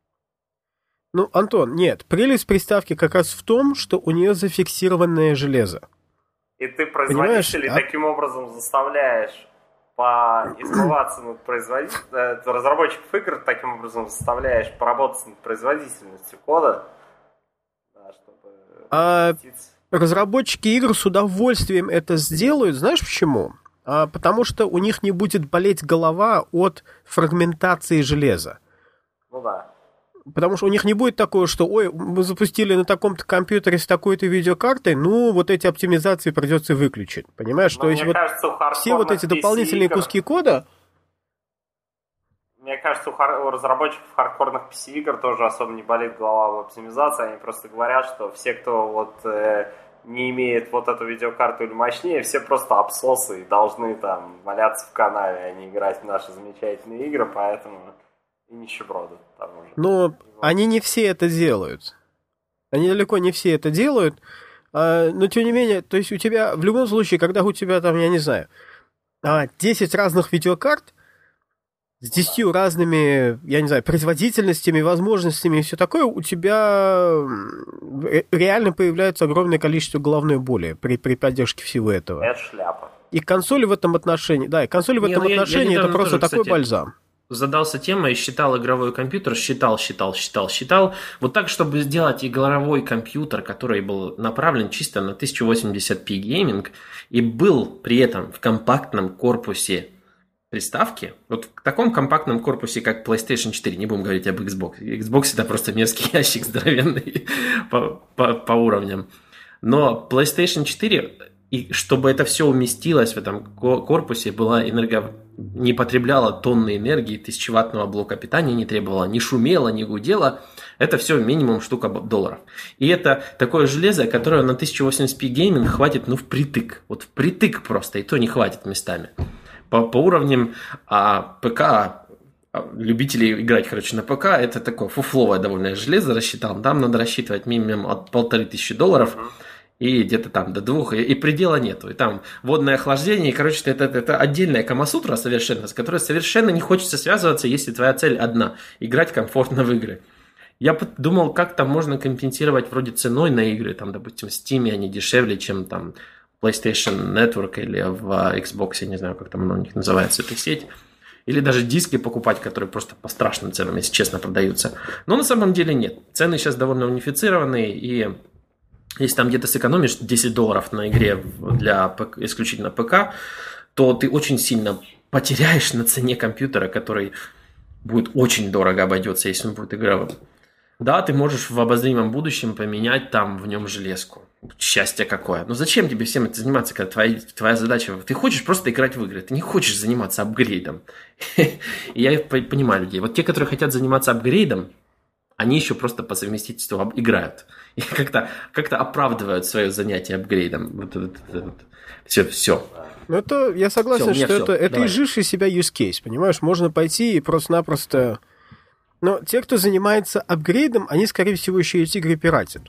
Ну, Антон, нет, прелесть приставки как раз в том, что у нее зафиксированное железо. И ты производителей а? таким образом заставляешь поизмываться над производительностью, разработчиков игр таким образом заставляешь поработать над производительностью кода, да, чтобы... А разработчики игр с удовольствием это сделают, знаешь почему? А, потому что у них не будет болеть голова от фрагментации железа. Ну да. Потому что у них не будет такого, что, ой, мы запустили на таком-то компьютере с такой-то видеокартой, ну, вот эти оптимизации придется выключить. Понимаешь? Но То есть вот кажется, все вот эти дополнительные игр... куски кода... Мне кажется, у, хар... у разработчиков хардкорных пи си-игр тоже особо не болит голова в оптимизации. Они просто говорят, что все, кто вот э, не имеет вот эту видеокарту или мощнее, все просто абсосы и должны там валяться в канаве, а не играть в наши замечательные игры, поэтому... И нищеброды того же. Но они не все это делают. Они далеко не все это делают. А, но тем не менее, то есть у тебя в любом случае, когда у тебя там, я не знаю, десять разных видеокарт с десятью разными, я не знаю, производительностями, возможностями и все такое, у тебя реально появляется огромное количество головной боли при, при поддержке всего этого. Это шляпа. И консоли в этом отношении, да, и консоли в этом Не, ну, отношении я, я это просто тоже, такой кстати, бальзам. Задался темой, считал игровой компьютер, считал, считал, считал, считал. Вот так, чтобы сделать игровой компьютер, который был направлен чисто на тысяча восемьдесят пи гейминг и был при этом в компактном корпусе приставки, вот в таком компактном корпусе, как PlayStation четыре, не будем говорить об Xbox. Xbox это просто мерзкий ящик здоровенный по, по, по уровням. Но PlayStation четыре, и чтобы это все уместилось в этом корпусе, была энерго... не потребляла тонны энергии, тысячеваттного блока питания не требовала, не шумела, не гудела. Это все минимум штука долларов. И это такое железо, которое на тысяча восемьдесят пи гейминг хватит, ну, впритык. Вот впритык просто, и то не хватит местами. По, по уровням а, ПК, а, любителей играть, короче, на ПК, это такое фуфловое довольно железо, рассчитал. Там надо рассчитывать минимум от полторы тысячи долларов. И где-то там до двух, и, и предела нету. И там водное охлаждение, и, короче, это, это отдельная камасутра совершенно, с которой совершенно не хочется связываться, если твоя цель одна – играть комфортно в игры. Я думал, как там можно компенсировать вроде ценой на игры, там, допустим, в Steam они дешевле, чем там PlayStation Network или в Xbox, я не знаю, как там оно у них называется, эта сеть. Или даже диски покупать, которые просто по страшным ценам, если честно, продаются. Но на самом деле нет. Цены сейчас довольно унифицированные, и если там где-то сэкономишь десять долларов на игре для исключительно ПК, то ты очень сильно потеряешь на цене компьютера, который будет очень дорого обойдется, если он будет игровым. Да, ты можешь в обозримом будущем поменять там в нем железку. Счастье какое. Но зачем тебе всем это заниматься, когда твоя, твоя задача... Ты хочешь просто играть в игры, ты не хочешь заниматься апгрейдом. И я понимаю людей. Вот те, которые хотят заниматься апгрейдом, они еще просто по совместительству играют. И как-то, как-то оправдывают свое занятие апгрейдом. Вот, вот, вот. Все, все. Ну, это, я согласен, все, что это, это изживший себя use case, понимаешь? Можно пойти и просто-напросто... Но те, кто занимается апгрейдом, они, скорее всего, еще эти игры пиратят.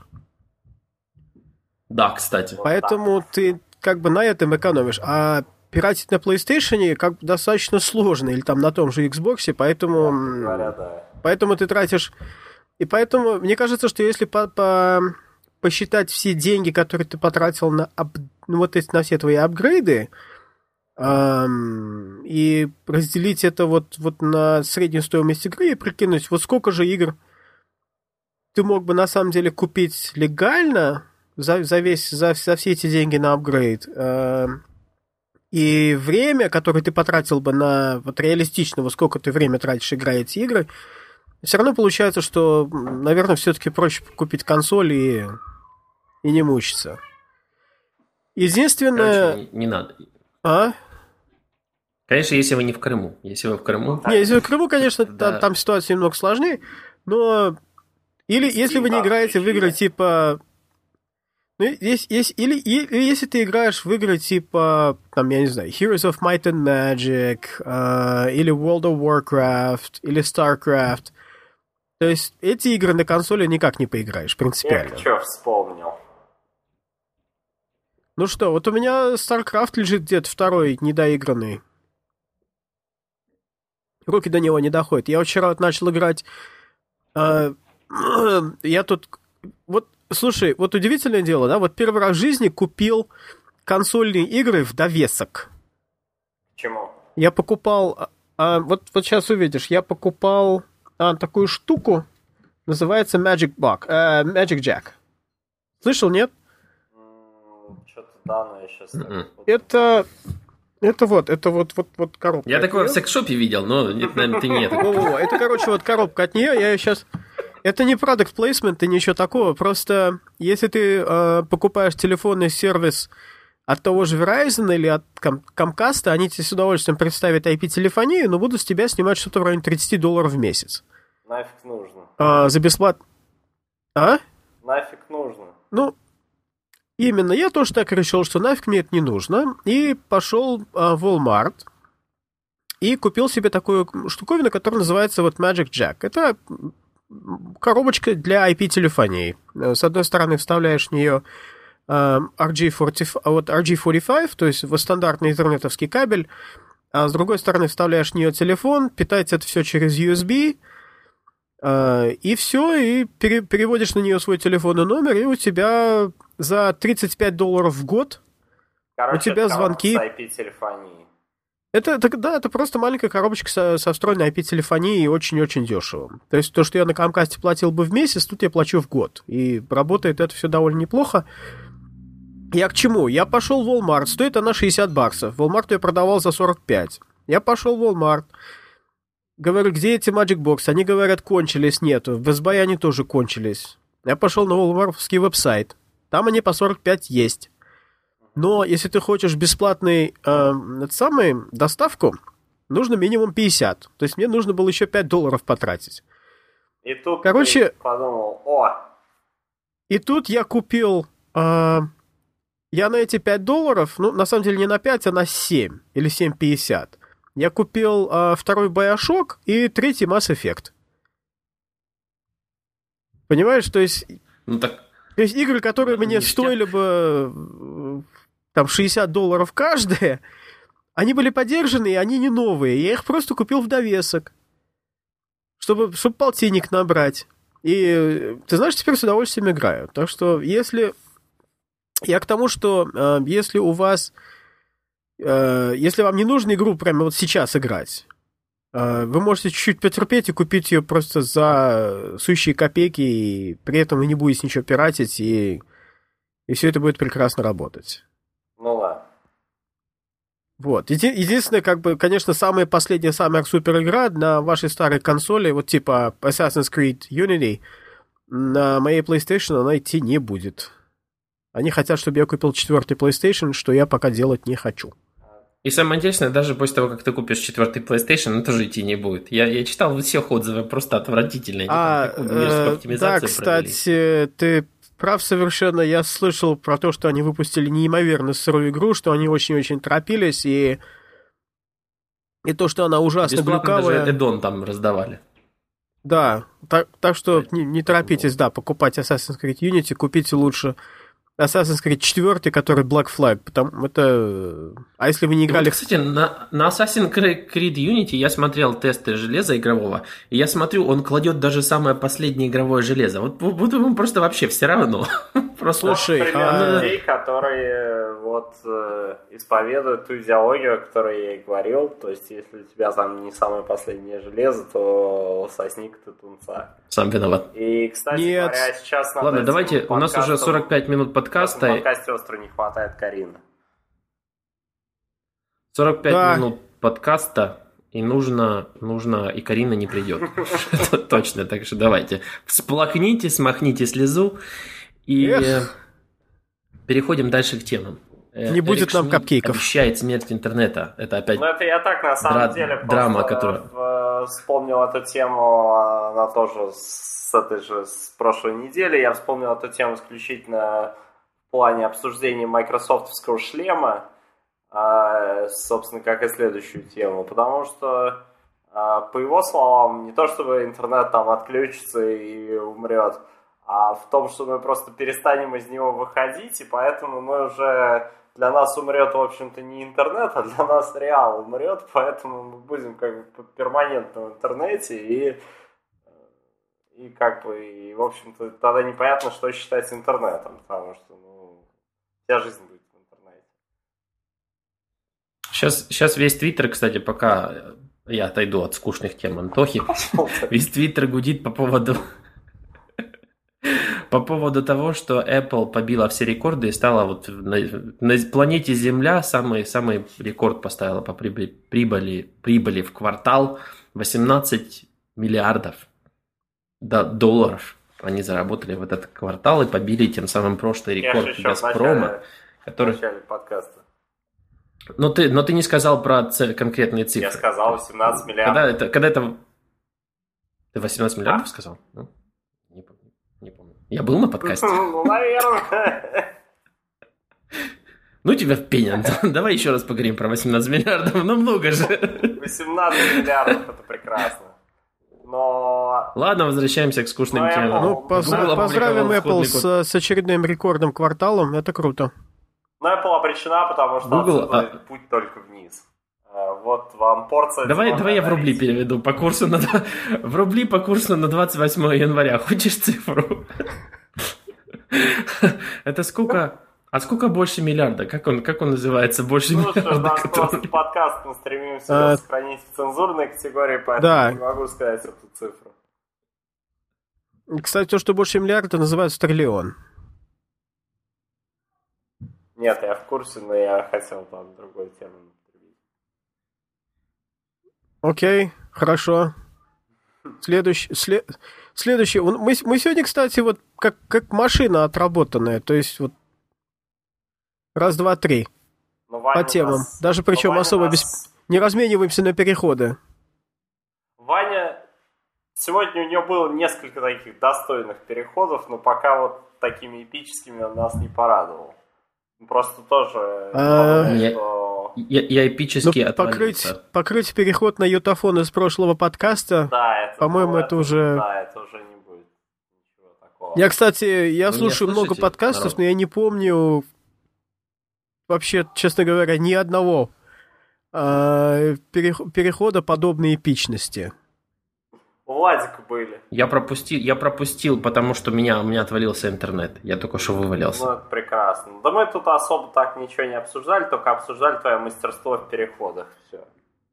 Да, кстати. Поэтому ты как бы на этом экономишь. А пиратить на PlayStation как бы достаточно сложно, или там на том же Xbox, поэтому... Говоря, да. Поэтому ты тратишь... И поэтому, мне кажется, что если по, по, посчитать все деньги, которые ты потратил на, ап, ну, вот эти, на все твои апгрейды, эм, и разделить это вот, вот на среднюю стоимость игры и прикинуть, вот сколько же игр ты мог бы на самом деле купить легально за, за, весь, за, за все эти деньги на апгрейд, эм, и время, которое ты потратил бы на вот реалистично, вот сколько ты время тратишь, играя эти игры, все равно получается, что, наверное, все-таки проще купить консоль и, и не мучиться. Единственное... Короче, не, не надо. А? Конечно, если вы не в Крыму. Если вы в Крыму... Не, если вы в Крыму, конечно, да. там, там ситуация немного сложнее, но... Или если вы не играете в игры типа... Ну, если, если, или, или если ты играешь в игры типа, там, я не знаю, Heroes of Might and Magic, uh, или World of Warcraft, или StarCraft, то есть эти игры на консоли никак не поиграешь, принципиально. Я что вспомнил? Ну что, вот у меня StarCraft лежит где-то второй, недоигранный. Руки до него не доходят. Я вчера вот начал играть... Uh, я тут... Вот, слушай, вот удивительное дело, да? Вот первый раз в жизни купил консольные игры в довесок. Почему? Я покупал... А, вот, вот сейчас увидишь. Я покупал а, такую штуку. Называется Magic Buck, э, Magic Jack. Слышал, нет? Mm, что-то да, но я сейчас... Mm-mm. Это... Это вот, это вот, вот, вот коробка. Я такое в секс-шопе видел, но, наверное, ты нет. Во-во-во, это, короче, вот коробка от нее. Я ее сейчас... Это не product placement и ничего такого. Просто если ты э, покупаешь телефонный сервис от того же Verizon или от Comcast, они тебе с удовольствием представят ай пи-телефонию, но будут с тебя снимать что-то в районе тридцать долларов в месяц. Нафиг нужно. А, за бесплатно. А? Нафиг нужно. Ну, именно. Я тоже так решил, что нафиг мне это не нужно. И пошел а, в Walmart и купил себе такую штуковину, которая называется вот Magic Jack. Это коробочка для ай пи-телефонии. С одной стороны вставляешь в нее ар джей сорок, вот ар джей сорок пять, то есть стандартный интернетовский кабель, а с другой стороны вставляешь в нее телефон, питается это все через ю эс би, и все, и пере, переводишь на нее свой телефонный номер, и у тебя за тридцать пять долларов в год Короче, у тебя звонки... с ай пи-телефонией. Это, это, да, это просто маленькая коробочка со, со встроенной ай пи-телефонией и очень-очень дешево. То есть то, что я на Comcast платил бы в месяц, тут я плачу в год. И работает это все довольно неплохо. Я к чему? Я пошел в Walmart, стоит она шестьдесят баксов. Walmart я продавал за сорок пять. Я пошел в Walmart, говорю, где эти Magic Box? Они говорят, кончились, нету. В Best Buy они тоже кончились. Я пошел на Walmart'ский веб-сайт. Там они по сорок пять есть. Но если ты хочешь бесплатный э, самый, доставку, нужно минимум пятьдесят. То есть мне нужно было еще пять долларов потратить. И тут Короче, ты подумал, о! И тут я купил... Э, я на эти пять долларов, ну, на самом деле не на пять, а на семь или семь пятьдесят. Я купил э, второй Bioshock и третий Mass Effect. Понимаешь, то есть... Ну так... То есть игры, которые мне стоили бы... там шестьдесят долларов каждая, они были подержаны, и они не новые. Я их просто купил в довесок, чтобы, чтобы полтинник набрать. И, ты знаешь, теперь с удовольствием играю. Так что, если... Я к тому, что э, если у вас... Э, если вам не нужно игру прямо вот сейчас играть, э, вы можете чуть-чуть потерпеть и купить ее просто за сущие копейки, и при этом вы не будете ничего пиратить, и, и все это будет прекрасно работать. Ну ладно. Вот. Еди- единственное, как бы, конечно, самая последняя, самая супер игра на вашей старой консоли, вот типа Assassin's Creed Unity, на моей PlayStation она идти не будет. Они хотят, чтобы я купил четвертый PlayStation, что я пока делать не хочу. И самое интересное, даже после того, как ты купишь четвертый PlayStation, он тоже идти не будет. Я, я читал всех отзывы, просто отвратительные. А, э, да, кстати, ты прав совершенно. Я слышал про то, что они выпустили неимоверно сырую игру, что они очень-очень торопились, и, и то, что она ужасно бесплатно глюкавая. Даже эддон там раздавали. Да, так, так что не, не торопитесь, да, покупать Assassin's Creed Unity, купите лучше Assassin's Creed четыре, который Black Flag, потому это... А если вы не играли... Вот, кстати, на, на Assassin's Creed Unity я смотрел тесты железа игрового, и я смотрю, он кладет даже самое последнее игровое железо. Вот, вот ему просто вообще все равно. Просто... Слушай, пример а... людей, которые вот э, исповедуют ту идеологию, о которой я и говорил. То есть, если у тебя там не самое последнее железо, то сосни-ка ты тунца. Сам виноват. И, кстати Нет. говоря, сейчас... Ладно, давайте, у нас уже сорок пять минут подкаста. В подкасте остро не хватает Карины. сорок пять Да. минут подкаста, и нужно, нужно, и Карина не придет. Точно, так что давайте. Всплакните, смахните слезу, и Эх. переходим дальше к темам. Не будет нам капкейков. Обещает смерть интернета. Это опять... Ну, это я так, на самом Дра- деле, драма, просто которая- в- вспомнил эту тему, она тоже с этой же, с прошлой недели. Я вспомнил эту тему исключительно в плане обсуждения майкрософтовского шлема, а, собственно, как и следующую тему. Потому что, а, по его словам, не то чтобы интернет там отключится и умрет, а в том, что мы просто перестанем из него выходить, и поэтому мы уже... Для нас умрет, в общем-то, не интернет, а для нас реал умрет, поэтому мы будем как бы перманентно в интернете, и, и как бы, и, в общем-то, тогда непонятно, что считать интернетом, потому что, ну, вся жизнь будет в интернете. Сейчас, сейчас весь Твиттер, кстати, пока я отойду от скучных тем Антохи, весь Твиттер гудит по поводу... По поводу того, что Apple побила все рекорды и стала вот на, на планете Земля самый, самый рекорд поставила по прибыли, прибыли, прибыли в квартал восемнадцать миллиардов долларов. Они заработали в этот квартал и побили тем самым прошлый рекорд Газпрома, который... В начале подкаста. Но ты, но ты не сказал про ц... конкретные цифры. Я сказал восемнадцать миллиардов. Когда это... Когда это... Ты восемнадцать миллиардов сказал? Ну, не помню. Не помню. Я был на подкасте? Ну, наверное. Ну тебя в пень, Антон. Давай еще раз поговорим про восемнадцать миллиардов. Ну много же. восемнадцать миллиардов, это прекрасно. Но... Ладно, возвращаемся к скучным Но темам. Apple- Ну, поздра- Google поздравим опубликовал Apple исходный с, с очередным рекордным кварталом. Это круто. Но Apple обречена, потому что Google, отсюда а- путь только вниз. А, Вот вам порция... Давай, зеленой давай я в рубли аналитики. переведу по курсу на два- в рубли по курсу на двадцать восьмое января. Хочешь цифру? Это сколько? А сколько больше миллиарда? Как он, как он называется? Больше Ну, что ж, миллиарда, наш который- просто подкаст мы стремимся А, сохранить в цензурной категории, поэтому да. не могу сказать эту цифру. Кстати, то, что больше миллиарда, называется триллион. Нет, я в курсе, но я хотел там другой тему. Окей, хорошо. Следующий, след, следующий. Он- Мы, мы сегодня, кстати, вот как, как машина отработанная. То есть вот раз, два, три. Но Ваня По темам. нас- Даже но причем Ваня особо нас- без... Не размениваемся на переходы. Ваня... Сегодня у него было несколько таких достойных переходов, но пока вот такими эпическими он нас не порадовал. Просто тоже А, подумал, я- что... Я, я эпически Ну, покрыть, отвалился. покрыть переход на ютафон из прошлого подкаста. Да, это, По-моему, ну, это уже- Да, это уже не будет ничего такого. Я, кстати, я Вы меня слушаю много слышите, подкастов, народ? но я не помню вообще, честно говоря, ни одного а, перех- перехода подобной эпичности. У Владика были. Я пропустил, я пропустил, потому что меня, у меня отвалился интернет. Я только что Ну, вывалился. это прекрасно. Да мы тут особо так ничего не обсуждали, только обсуждали твое мастерство в переходах. Все.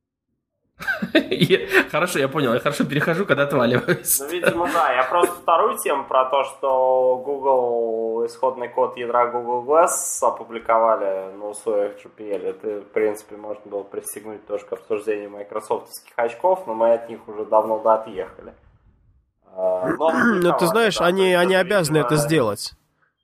Я- Хорошо, я понял. Я хорошо перехожу, когда отваливаюсь. Ну, видимо, да. Я просто вторую тему про то, что Google, исходный код ядра Google Glass опубликовали на условиях джи пи эл. Это, в принципе, можно было пристегнуть тоже к обсуждению майкрософтовских очков, но мы от них уже давно да отъехали. А, но Ну, ты знаешь, да, они, то есть они это, обязаны видимо, это сделать.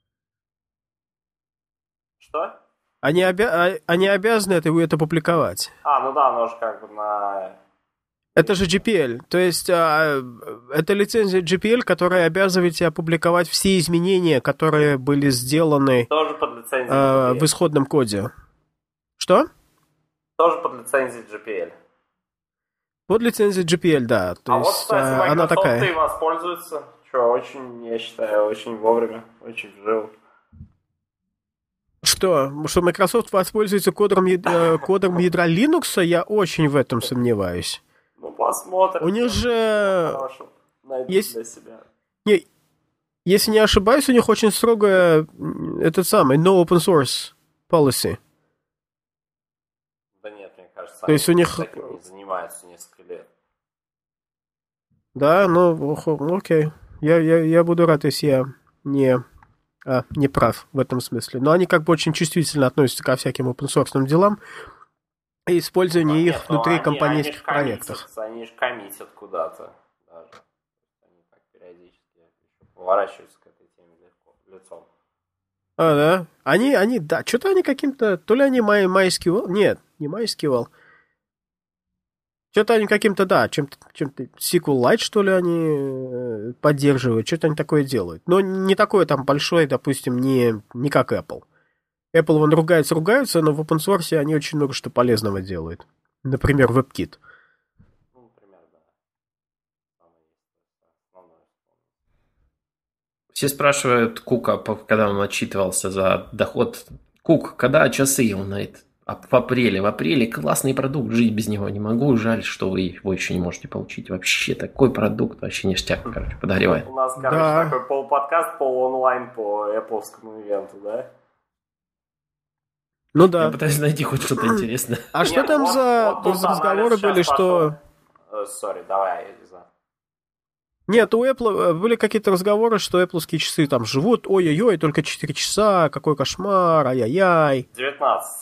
Что? Они, обя- а- они обязаны это, это публиковать. А, ну да, оно же как бы на... Это же джи пи эл. То есть а, это лицензия джи пи эл, которая обязывает тебя публиковать все изменения, которые были сделаны Тоже под лицензией а, джи в пи эл. исходном коде. Что? Тоже под лицензией джи пи эл. Под лицензией джи пи эл, да. То а есть вот, кстати, а, Microsoft она такая. и воспользуется. Что, очень, я считаю, очень вовремя, очень живо. Что? Что Microsoft воспользуется кодом, яд- э, кодом ядра Linux? Я очень в этом сомневаюсь. Ну, посмотрим. У них же... Хорошо, найдут есть- для себя. Не, если не ошибаюсь, у них очень строгая м, этот самый no open source policy. Да нет, мне кажется, То есть у них- таким не занимаются несколько лет. Да, ну, ох, ну, окей. Я, я, я буду рад, если я не, а, не прав в этом смысле. Но они как бы очень чувствительно относятся ко всяким open source делам и использованию Ну, их нет, ну, внутри они- компанейских они ж проектах. коммитятся, Они же коммитят куда-то даже. Они так периодически еще поворачиваются к этой теме легко, лицом. А, да? Они, они, да, что-то они каким-то, то ли они My, MySQL, нет, не MySQL. Что-то они каким-то, да, чем-то, чем-то SQLite, что ли, они э, поддерживают, что-то они такое делают. Но не такое там большое, допустим, не, не как Apple. Apple, вон, ругаются, ругаются, но в open source они очень много что полезного делают. Например, WebKit. Ну, например, да. Самое основное. Все спрашивают Кука, по- когда он отчитывался за доход. Кук, когда часы? Он говорит, «А в апреле. В апреле классный продукт, жить без него не могу. Жаль, что вы его еще не можете получить. Вообще такой продукт, вообще ништяк, короче, подогревает. У нас, короче, Да. такой полуподкаст, полуонлайн по Apple-скому ивенту, да? Ну Я да. пытаюсь найти хоть что-то интересное. А что Нет, там вот- за, вот тут за разговоры анализ были, сейчас что... Э, Сори, давай, я не знаю. Нет, у Apple э, были какие-то разговоры, что Apple-ские часы там живут, ой-ой-ой, только четыре часа, какой кошмар, ай-яй-яй. девятнадцать.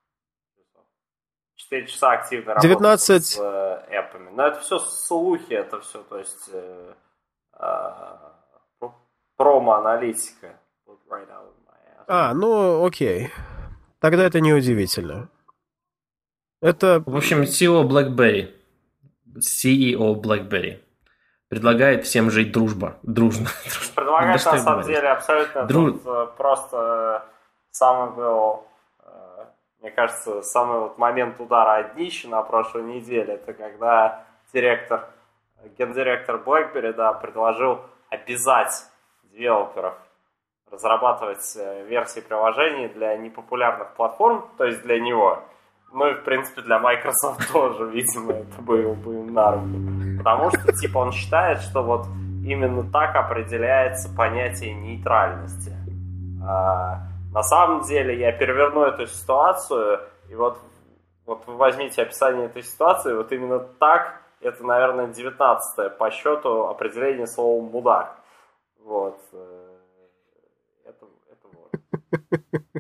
четыре часа активно работают девятнадцать. с э, эпами. Но это все слухи, это все, то есть э, э, про- промо-аналитика. Вот right out of my ass. А, ну окей. Тогда это неудивительно. Это... В общем, си и о BlackBerry, си и о BlackBerry предлагает всем жить дружба, дружно. Предлагает, Да что на я самом говорю. деле, абсолютно Дру- тут, э, просто самый был, э, мне кажется, самый вот момент удара от днища на прошлой неделе, это когда директор гендиректор BlackBerry, да, предложил обязать девелоперов разрабатывать версии приложений для непопулярных платформ, то есть для него. Ну и, в принципе, для Microsoft тоже, видимо, это было бы им на руку. Потому что, типа, он считает, что вот именно так определяется понятие нейтральности. А, на самом деле, я переверну эту ситуацию, и вот, вот вы возьмите описание этой ситуации, вот именно так, это, наверное, девятнадцатое по счету определение слова «мудак». Вот. Это, это вот.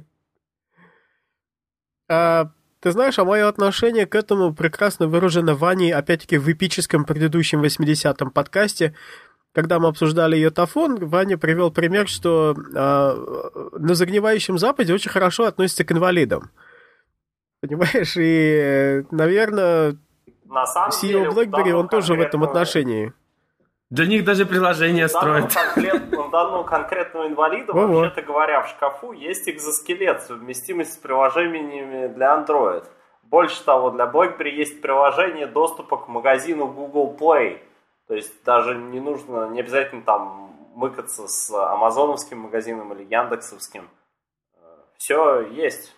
А, ты знаешь, а мое отношение к этому прекрасно выражено Ваней, опять-таки, в эпическом предыдущем восьмидесятом подкасте. Когда мы обсуждали йотафон, Ваня привел пример, что а, на загнивающем Западе очень хорошо относятся к инвалидам. Понимаешь? И, наверное, си и о BlackBerry, он тоже в этом отношении. Для них даже приложение строят. Данному, данному конкретному инвалиду, Ого. вообще-то говоря, в шкафу есть экзоскелет, совместимость с приложениями для Android. Больше того, для BlackBerry есть приложение доступа к магазину Google Play. То есть даже не нужно, не обязательно там мыкаться с амазоновским магазином или яндексовским. Все есть.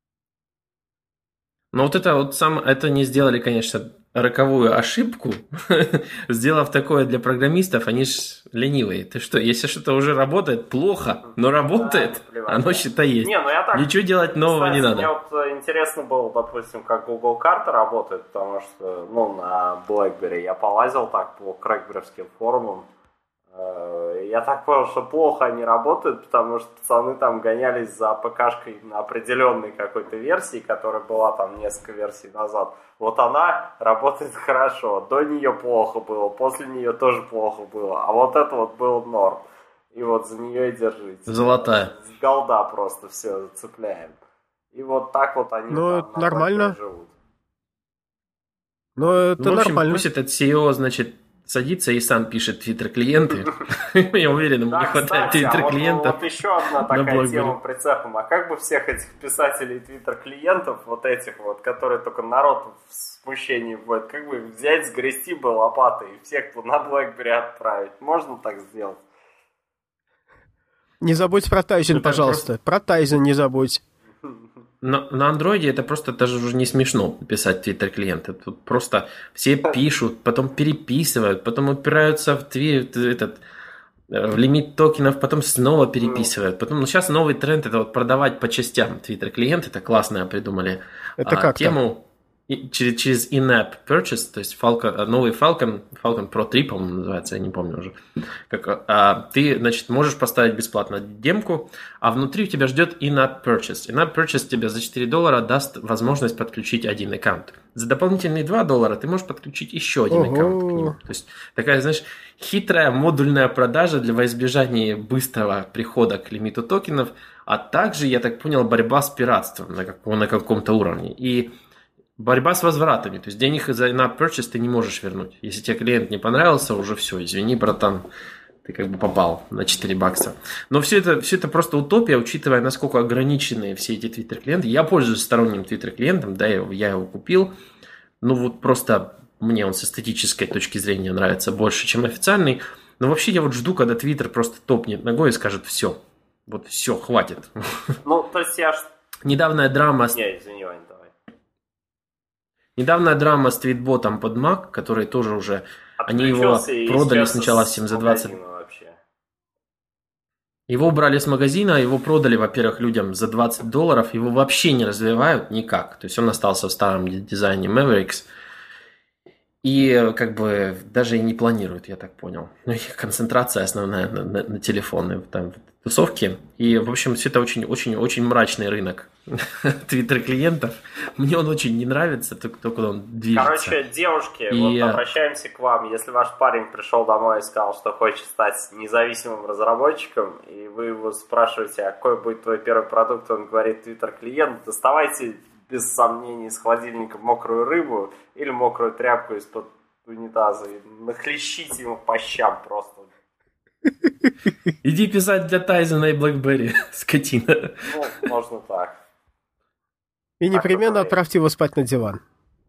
Но вот это вот сам, это не сделали, конечно, роковую ошибку, сделав такое для программистов, они ж ленивые. Ты что, если что-то уже работает, плохо, но работает, да, оно, считай, есть. Не, ну я так, Ничего делать нового кстати, не надо. Мне вот интересно было, допустим, как Google карта работает, потому что, ну, на BlackBerry я полазил так по крэкберовским форумам. Я так понял, что плохо они работают, потому что пацаны там гонялись за ПКшкой на определенной какой-то версии, которая была там несколько версий назад. Вот она работает хорошо, до нее плохо было, после нее тоже плохо было, а вот это вот был норм. И вот за нее и держите. Золотая. С голда просто все зацепляем. И вот так вот они ну, там нормально живут. Ну, это ну, в общем, нормально. Пусть этот си и о, значит, садится и сам пишет твиттер-клиенты. Я уверен, ему не хватает твиттер-клиентов. Вот еще одна такая тема прицепом. А как бы всех этих писателей твиттер-клиентов, вот этих вот, которые только народ в смущении вводят, как бы взять, сгрести бы лопатой и всех на BlackBerry отправить? Можно так сделать? Не забудь про Тайзен, пожалуйста. Про Тайзен не забудь. На, на андроиде это просто даже уже не смешно писать твиттер-клиенты. Тут просто все пишут, потом переписывают, потом упираются в, твит, этот, в лимит токенов, потом снова переписывают. Потом, ну, сейчас новый тренд – это вот продавать по частям твиттер-клиент. Это классно придумали. Это а, как тему и, через, через in-app purchase, то есть Falcon, новый Falcon, Falcon Pro три, по-моему, называется, я не помню уже. Как, а, ты, значит, можешь поставить бесплатно демку, а внутри у тебя ждет in-app purchase. In-app purchase тебе за четыре доллара даст возможность подключить один аккаунт. За дополнительные два доллара ты можешь подключить еще один Ого. аккаунт к нему. То есть такая, знаешь, хитрая модульная продажа для во избежания быстрого прихода к лимиту токенов, а также, я так понял, борьба с пиратством на, как, на каком-то уровне. И борьба с возвратами. То есть денег за in-app purchase ты не можешь вернуть. Если тебе клиент не понравился, уже все, извини, братан, ты как бы попал на четыре бакса. Но все это, все это просто утопия, учитывая, насколько ограниченные все эти твиттер-клиенты. Я пользуюсь сторонним твиттер-клиентом, да, я его купил. Ну вот просто мне он с эстетической точки зрения нравится больше, чем официальный. Но вообще я вот жду, когда твиттер просто топнет ногой и скажет все. Вот все, хватит. Ну, то есть я... Недавняя драма... Не, извини, Вань, давай. Недавняя драма с твитботом под Mac, который тоже уже... Они его продали сначала всем за двадцать... Его убрали с магазина, его продали, во-первых, людям за двадцать долларов. Его вообще не развивают никак. То есть он остался в старом дизайне Mavericks. И как бы даже и не планируют, я так понял. Ну, их концентрация основная на, на, на телефоны, там, тусовки. И, в общем, все это очень-очень-очень мрачный рынок твиттер-клиентов. Мне он очень не нравится, только, только он движется. Короче, девушки, и... вот обращаемся к вам. Если ваш парень пришел домой и сказал, что хочет стать независимым разработчиком, и вы его спрашиваете, а какой будет твой первый продукт, он говорит твиттер-клиент, доставайте без сомнений из холодильника мокрую рыбу или мокрую тряпку из-под унитаза и нахлещите ему по щам просто. Иди писать для Тайзена и BlackBerry, скотина. Ну, можно так. И непременно отправьте его спать на диван.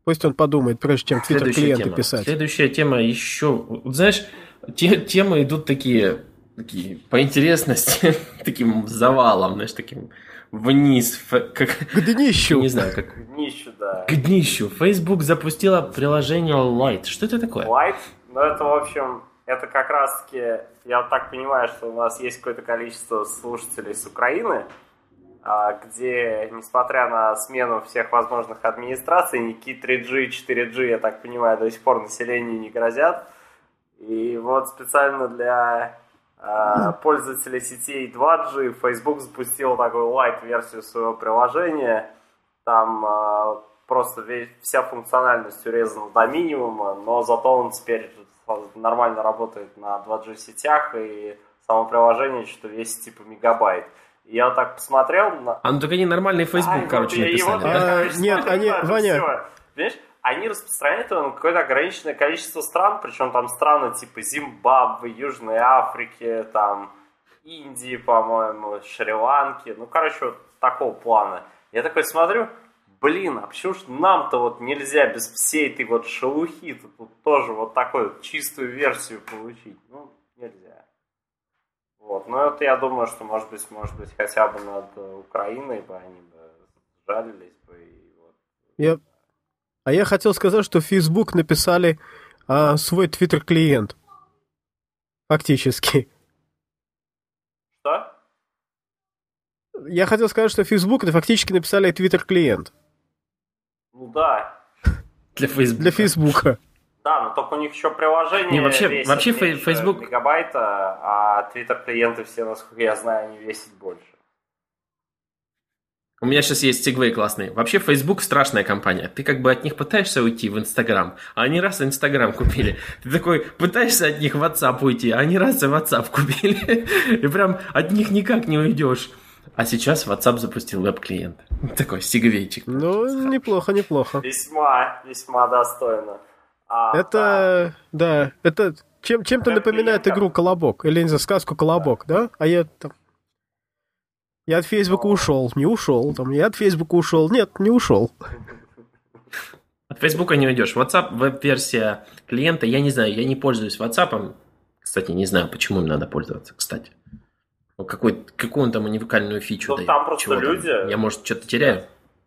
Пусть он подумает, прежде чем твиттер-клиенты писать. Следующая тема еще... Вот знаешь, те, темы идут такие, такие по интересности, таким завалом, знаешь, таким вниз. Как, к днищу. Не знаю, как... К днищу, да. К днищу. Facebook запустила приложение Lite. Что это такое? Lite? Ну, это, в общем, это как раз-таки... Я так понимаю, что у нас есть какое-то количество слушателей с Украины, где, несмотря на смену всех возможных администраций, никакие три джи, четыре джи, я так понимаю, до сих пор населению не грозят. И вот специально для э, пользователей сетей два джи Facebook запустил такую лайт-версию своего приложения. Там э, просто весь, вся функциональность урезана до минимума, но зато он теперь нормально работает на два джи сетях, и само приложение что-то весит типа мегабайт. Я вот так посмотрел на... А ну так они нормальный Facebook, а, короче, вот, написали. Вот, да? а, короче, нет, смотрю, они... да, Ваня... Все. Понимаешь, они распространяют его на какое-то ограниченное количество стран, причем там страны типа Зимбабве, Южной Африки, там Индии, по-моему, Шри-Ланки. Ну, короче, вот такого плана. Я такой смотрю, блин, а почему же нам-то вот нельзя без всей этой вот шелухи тут тоже вот такую чистую версию получить? Ну, нельзя. Вот, но это я думаю, что может быть, может быть, хотя бы над Украиной бы они бы жалились бы. И вот. Я... А я хотел сказать, что Facebook написали а, свой Twitter-клиент. Фактически. Что? Я хотел сказать, что Facebook фактически написали Twitter-клиент. Ну да. Для Facebook. Для Facebook. Да, но только у них еще приложение не, вообще, весит вообще меньше Facebook... мегабайта, а Twitter-клиенты все, насколько я знаю, они весят больше. У меня сейчас есть сегвей классный. Вообще Facebook страшная компания. Ты как бы от них пытаешься уйти в Instagram, а они раз Instagram купили. Ты такой пытаешься от них в WhatsApp уйти, а они раз и WhatsApp купили. И прям от них никак не уйдешь. А сейчас WhatsApp запустил веб-клиент. Такой сегвейчик. Ну, неплохо, неплохо. Весьма, весьма достойно. А, это, да, да это чем, чем-то напоминает игру «Колобок», или, не знаю, сказку «Колобок», да? А я там... Я от Фейсбука ушел, не ушел, там, я от Фейсбука ушел, нет, не ушел. От Фейсбука не уйдешь. WhatsApp, веб-версия клиента, я не знаю, я не пользуюсь WhatsApp. Кстати, не знаю, почему им надо пользоваться, кстати. Какой, какую он там уникальную фичу ну, дает. Там просто люди... Там? Я, может, что-то теряю.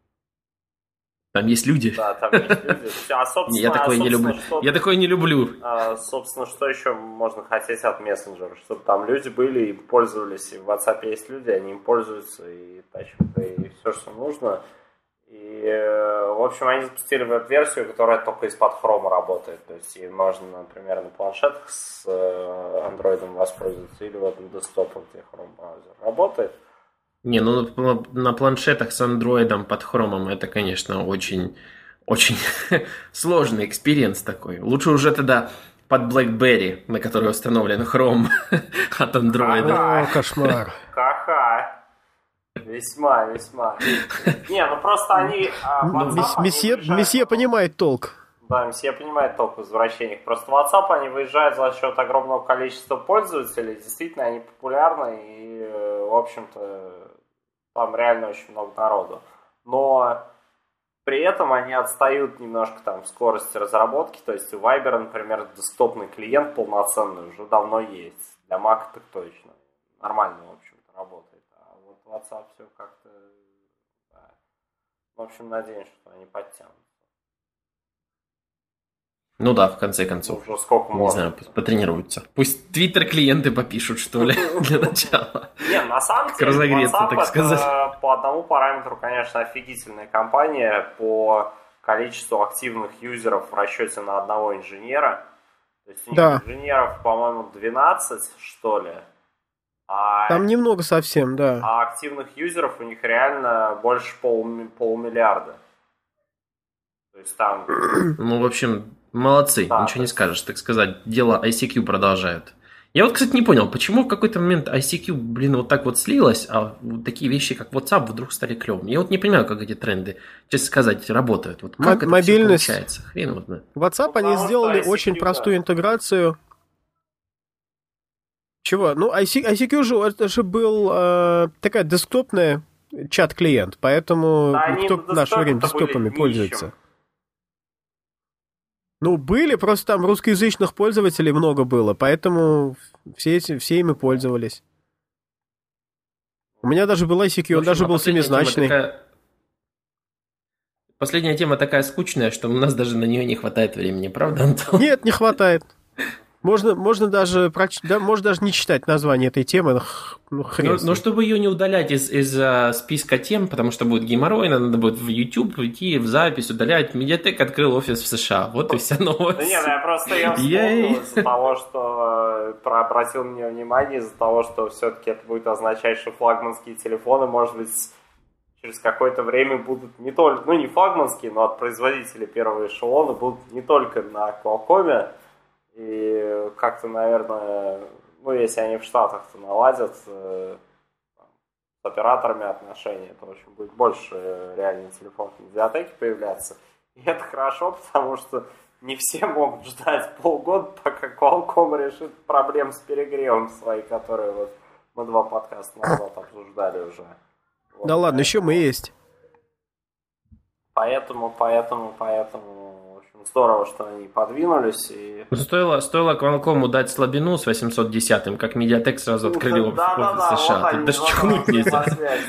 Там есть люди. Да, там есть люди. А, собственно, я, такое а, не люблю. Что, я такое не люблю. А, собственно, что еще можно хотеть от мессенджера? Чтобы там люди были и пользовались. И в WhatsApp есть люди, они им пользуются и тащат и все, что нужно. И, в общем, они запустили веб-версию, которая только из-под Chrome работает. То есть, можно, например, на планшетах с Android воспользоваться или вот на десктопах, где Chrome браузер работает. Не, ну на, на планшетах с андроидом под хромом это, конечно, очень, очень сложный экспириенс такой. Лучше уже тогда под BlackBerry, на который установлен Chrome от андроида. О, кошмар. Ха-ха. Весьма, весьма. Не, ну просто они... Месье понимает толк. Да, месье понимает толк в возвращениях. Просто WhatsApp они выезжают за счет огромного количества пользователей. Действительно, они популярны и, в общем-то, там реально очень много народу. Но при этом они отстают немножко там в скорости разработки. То есть у Viber, например, десктопный клиент полноценный уже давно есть. Для Mac так точно. Нормально, в общем-то, работает. А вот WhatsApp все как-то... Да. В общем, надеюсь, что они подтянут. Ну да, в конце концов. Уже сколько не можно. знаю, потренируются. Пусть твиттер-клиенты попишут, что ли, для начала. Не, на самом деле, разогреться, WhatsApp так сказать. Это по одному параметру, конечно, офигительная компания по количеству активных юзеров в расчете на одного инженера. То есть у них да. инженеров, по-моему, двенадцать, что ли. А, Там немного совсем, да. А активных юзеров у них реально больше пол, полумиллиарда. То есть там... Ну, в общем, молодцы, да, ничего не скажешь, так сказать. Дело ай си кью продолжают. Я вот, кстати, не понял, почему в какой-то момент ай си кью, блин, вот так вот слилось, а вот такие вещи, как WhatsApp, вдруг стали клевыми. Я вот не понимаю, как эти тренды, честно сказать, работают. Вот как М- это все мобильность. получается? Хрен вот знает. WhatsApp ну, они сделали ай си кью, очень да. простую интеграцию. Чего? Ну, ай си, ай си кью же, это же был э, такая десктопная чат-клиент, поэтому да, кто в наше время десктопами пользуется? Ну, были, просто там русскоязычных пользователей много было, поэтому все, эти, все ими пользовались. У меня даже был ай си кью, он даже был семизначный. Такая... Последняя тема такая скучная, что у нас даже на нее не хватает времени, правда, Антон? Нет, не хватает. Можно, можно, даже, да, можно даже не читать название этой темы. Ну, хрен но, но чтобы ее не удалять из, из uh, списка тем, потому что будет геморройно, надо будет в YouTube идти, в запись удалять. Медиатек открыл офис в США. Вот и вся новость. Да нет, я просто ее вспомнил из-за того, что обратил мне внимание, из-за того, что все-таки это будет означать, что флагманские телефоны, может быть, через какое-то время будут не только, ну не флагманские, но от производителей первого эшелона будут не только на Qualcomm. И как-то, наверное, ну, если они в Штатах-то наладят э, там, с операторами отношения, то, в общем, будет больше реальных телефонов Медиатеки появляться. И это хорошо, потому что не все могут ждать полгода, пока Qualcomm решит проблем с перегревом свои, которые вот мы два подкаста назад обсуждали уже. Вот, да ладно, еще мы есть. Поэтому, поэтому, поэтому... Здорово, что они подвинулись. И... Стоило, стоило Qualcomm дать слабину с восемьсот десятым, как Mediatek сразу открыли офис в США. Тут даже чихнуть нельзя.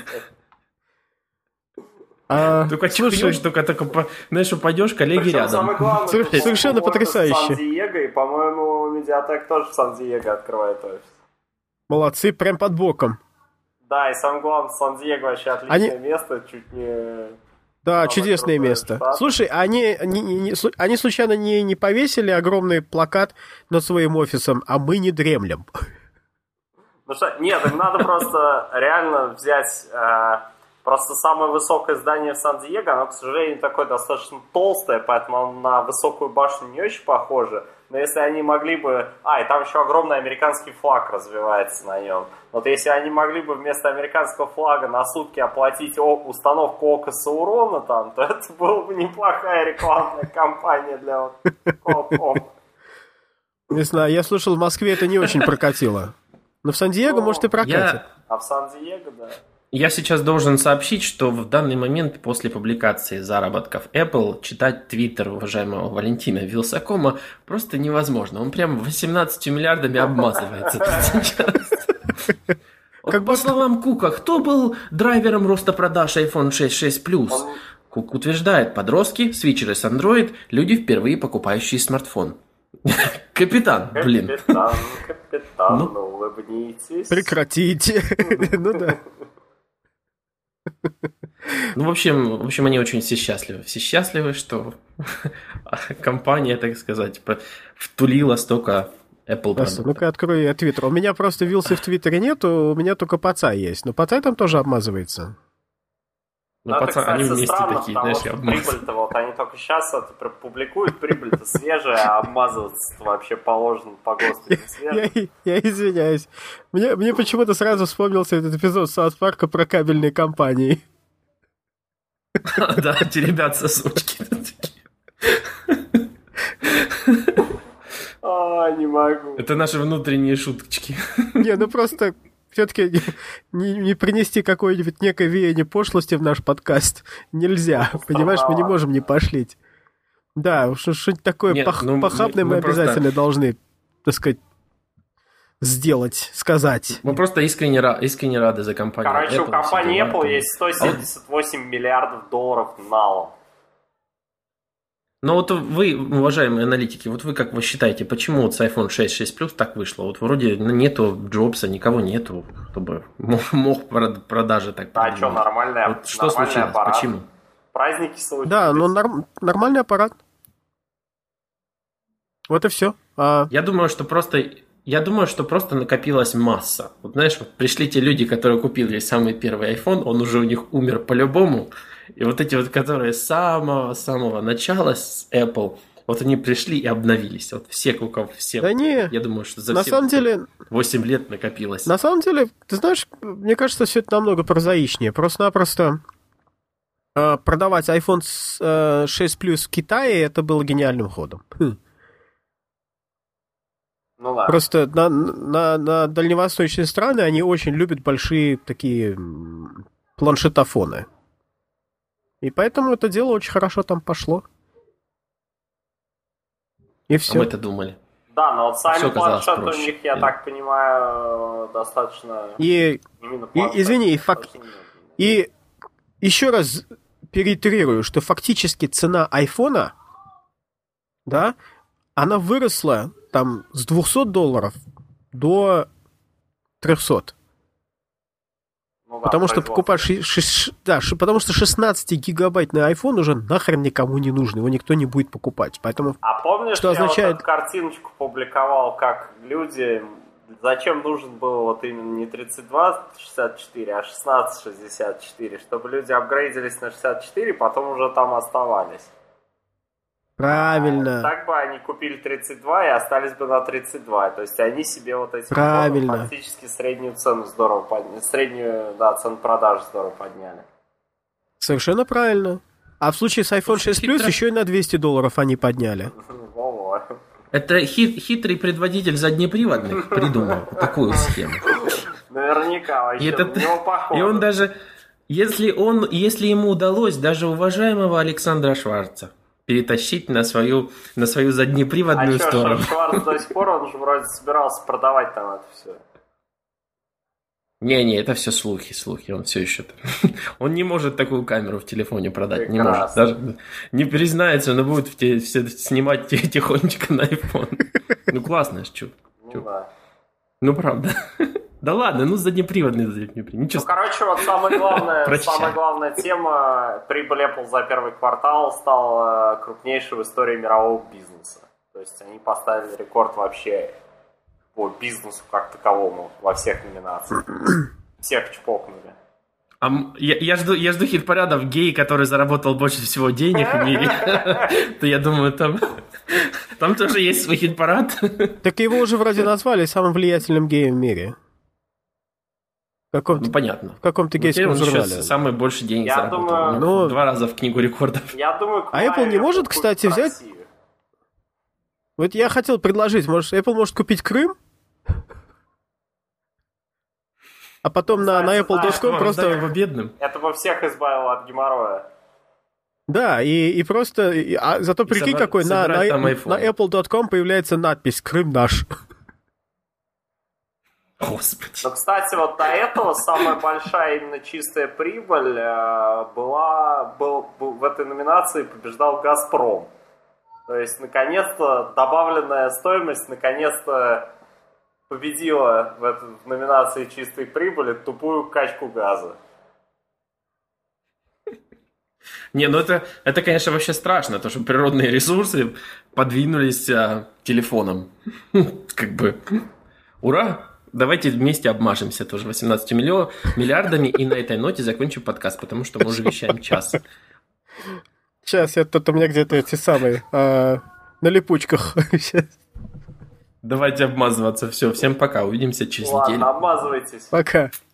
А, только чихнешь, только, только, знаешь, упадешь, коллеги Причем рядом. Самое главное, Слушай, совершенно потрясающе. Сан-Диего, и, по-моему, Mediatek тоже в Сан-Диего открывает офис. Молодцы, прям под боком. Да, и самое главное, Сан-Диего вообще отличное они... место, чуть не... Да, Самое чудесное место. Штат. Слушай, они, они, не, они случайно не, не повесили огромный плакат над своим офисом, а мы не дремлем? Ну что, нет, им надо просто реально взять... Э, просто самое высокое здание в Сан-Диего, оно, к сожалению, такое достаточно толстое, поэтому на высокую башню не очень похоже. Но если они могли бы... А, и там еще огромный американский флаг развивается на нем. Вот если они могли бы вместо американского флага на сутки оплатить установку ока Саурона там, то это была бы неплохая рекламная кампания для Qualcomm. Не знаю, я слышал, в Москве это не очень прокатило. Но в Сан-Диего, ну, может, и прокатит. Я... А в Сан-Диего, да. Я сейчас должен сообщить, что в данный момент после публикации заработков Apple читать твиттер уважаемого Валентина Вилсакома просто невозможно. Он прям восемнадцатью миллиардами обмазывается сейчас. Вот по словам Кука, кто был драйвером роста продаж iPhone шесть, шесть плюс? Кук утверждает, подростки, свитчеры с Android, люди, впервые покупающие смартфон. Капитан, блин. Капитан, капитан, ну, улыбнитесь. Прекратите. Ну да. Ну, в общем, в общем, они очень все счастливы. Все счастливы, что компания, так сказать, втулила столько Apple продуктов. Ну-ка, открой я Твиттер. У меня просто Вилсы в Твиттере нету, у меня только Пацай есть. Но Пацай там тоже обмазывается. Ну, ну Пацай, они вместе странно, такие, знаешь, прибыль-то вот они только сейчас это публикуют, прибыль-то свежая, а обмазываться вообще положено по ГОСТу не свежая. Я, я извиняюсь. Мне, мне почему-то сразу вспомнился этот эпизод Саус Парка про кабельные компании. Да, эти ребят-сосочки. А, не могу. Это наши внутренние шуточки. Не, ну просто... Все-таки не, не принести какое-нибудь некое веяние пошлости в наш подкаст нельзя. Ну, понимаешь, мы не можем не пошлить. Да, что-нибудь такое Нет, пох- ну, похабное мы, мы, мы обязательно просто... должны, так сказать, сделать, сказать. Мы просто искренне, искренне рады за компанию. Короче, Apple, у компании Apple Apple есть сто семьдесят восемь а миллиардов долларов налом. Но вот вы, уважаемые аналитики, вот вы как вы считаете, почему вот с iPhone шесть, шесть плюс так вышло? Вот вроде нету Джобса, никого нету, чтобы мог продажи так поднимать. А что, нормальный, вот что нормальный случилось? аппарат? Почему? Праздники случились. Да, но норм, нормальный аппарат. Вот и все. А... Я думаю, что просто... Я думаю, что просто накопилась масса. Вот знаешь, вот пришли те люди, которые купили самый первый iPhone, он уже у них умер по-любому. И вот эти вот, которые с самого-самого начала с Apple, вот они пришли и обновились. Вот все, у кого все. Да не, я думаю, что за на все самом деле, восемь лет накопилось. На самом деле, ты знаешь, мне кажется, все это намного прозаичнее. Просто-напросто э, продавать iPhone шесть плюс в Китае, это было гениальным ходом. Хм. Ну, ладно. Просто на, на, на дальневосточные страны они очень любят большие такие планшетофоны. И поэтому это дело очень хорошо там пошло. И все. А мы-то думали. Да, но вот сами Всё оказалось планшеты у проще. них, я Да. так понимаю, достаточно... И, именно и планшеты извини, и, фак- достаточно медленные. и еще раз переитерирую, что фактически цена айфона, да, она выросла там с двухсот долларов до трехсот. Ну да, Потому что производство. покупать ши- ши- да, ши- потому что шестнадцатигигабайтный iPhone уже нахрен никому не нужен, его никто не будет покупать. Поэтому А помнишь, что я означает- вот эту картиночку публиковал, как люди... Зачем нужен был вот именно не тридцать два шестьдесят четыре, а шестнадцать шестьдесят четыре, чтобы люди апгрейдились на шестьдесят четыре, потом уже там оставались. правильно. Так бы они купили тридцать два и остались бы на тридцать два. То есть они себе вот этим Правильно. годом фактически среднюю цену здорово подняли. Среднюю, да, цену продаж здорово подняли. Совершенно правильно. А в случае с iPhone шесть Plus хитро. еще и на двести долларов они подняли. Во-во. Это хит- хитрый предводитель заднеприводных придумал такую схему. Наверняка вообще. И, этот- у него похоже. и он даже, если он, если ему удалось даже уважаемого Александра Шварца перетащить на свою, на свою А заднеприводную что, сторону. Шварц до сих пор, он же вроде собирался продавать там это все. Не-не, это все слухи, слухи. Он все еще... Он не может такую камеру в телефоне продать. Не может. Прекрасно. Даже не признается, но будет в те- все снимать те- тихонечко на iPhone. Ну классно ж, чё. Ну да. Ну правда. Да ладно, ну заднеприводный, заднеприводный. Ничего Ну, короче, вот самая главная, Прощай. самая главная тема, прибыль Apple за первый квартал стала крупнейшей в истории мирового бизнеса. То есть они поставили рекорд вообще по бизнесу как таковому во всех номинациях. Всех чпокнули. А м- я, я жду, я жду хит-парадов гей, который заработал больше всего денег в мире. То я думаю, там, там тоже есть свой хит-парад. Так его уже вроде назвали самым влиятельным геем в мире. В Ну, каком-то, понятно. в каком-то Теперь гейском он журнале. сейчас самый больше денег Я заработал. думаю- Ну, Ну- Два раза в книгу рекордов. Я думаю, А Apple не может, кстати, взять- Вот я хотел предложить, может, Apple может купить Крым? А потом на, на apple точка com Раздать его просто... бедным. Это бы всех избавило от геморроя. Да, и, и просто... и- а зато прикинь, собрать- какой на, собрать на, там на iPhone. apple точка com появляется надпись «Крым наш». Господи. Но, кстати, вот до этого самая большая именно чистая прибыль э, была, был, был- в этой номинации побеждал «Газпром». То есть, наконец-то, добавленная стоимость, наконец-то победила в, этой, в номинации чистой прибыли тупую качку газа. Не, ну это, это, конечно, вообще страшно, то, что природные ресурсы подвинулись а, телефоном. Как бы, ура! Давайте вместе обмажемся тоже восемнадцатью миллион, миллиардами и на этой ноте закончим подкаст, потому что мы уже вещаем час. Сейчас, я тут у меня где-то эти самые... а, на липучках. Щас. Давайте обмазываться. Все, всем пока. Увидимся через Ладно, неделю. обмазывайтесь. Пока.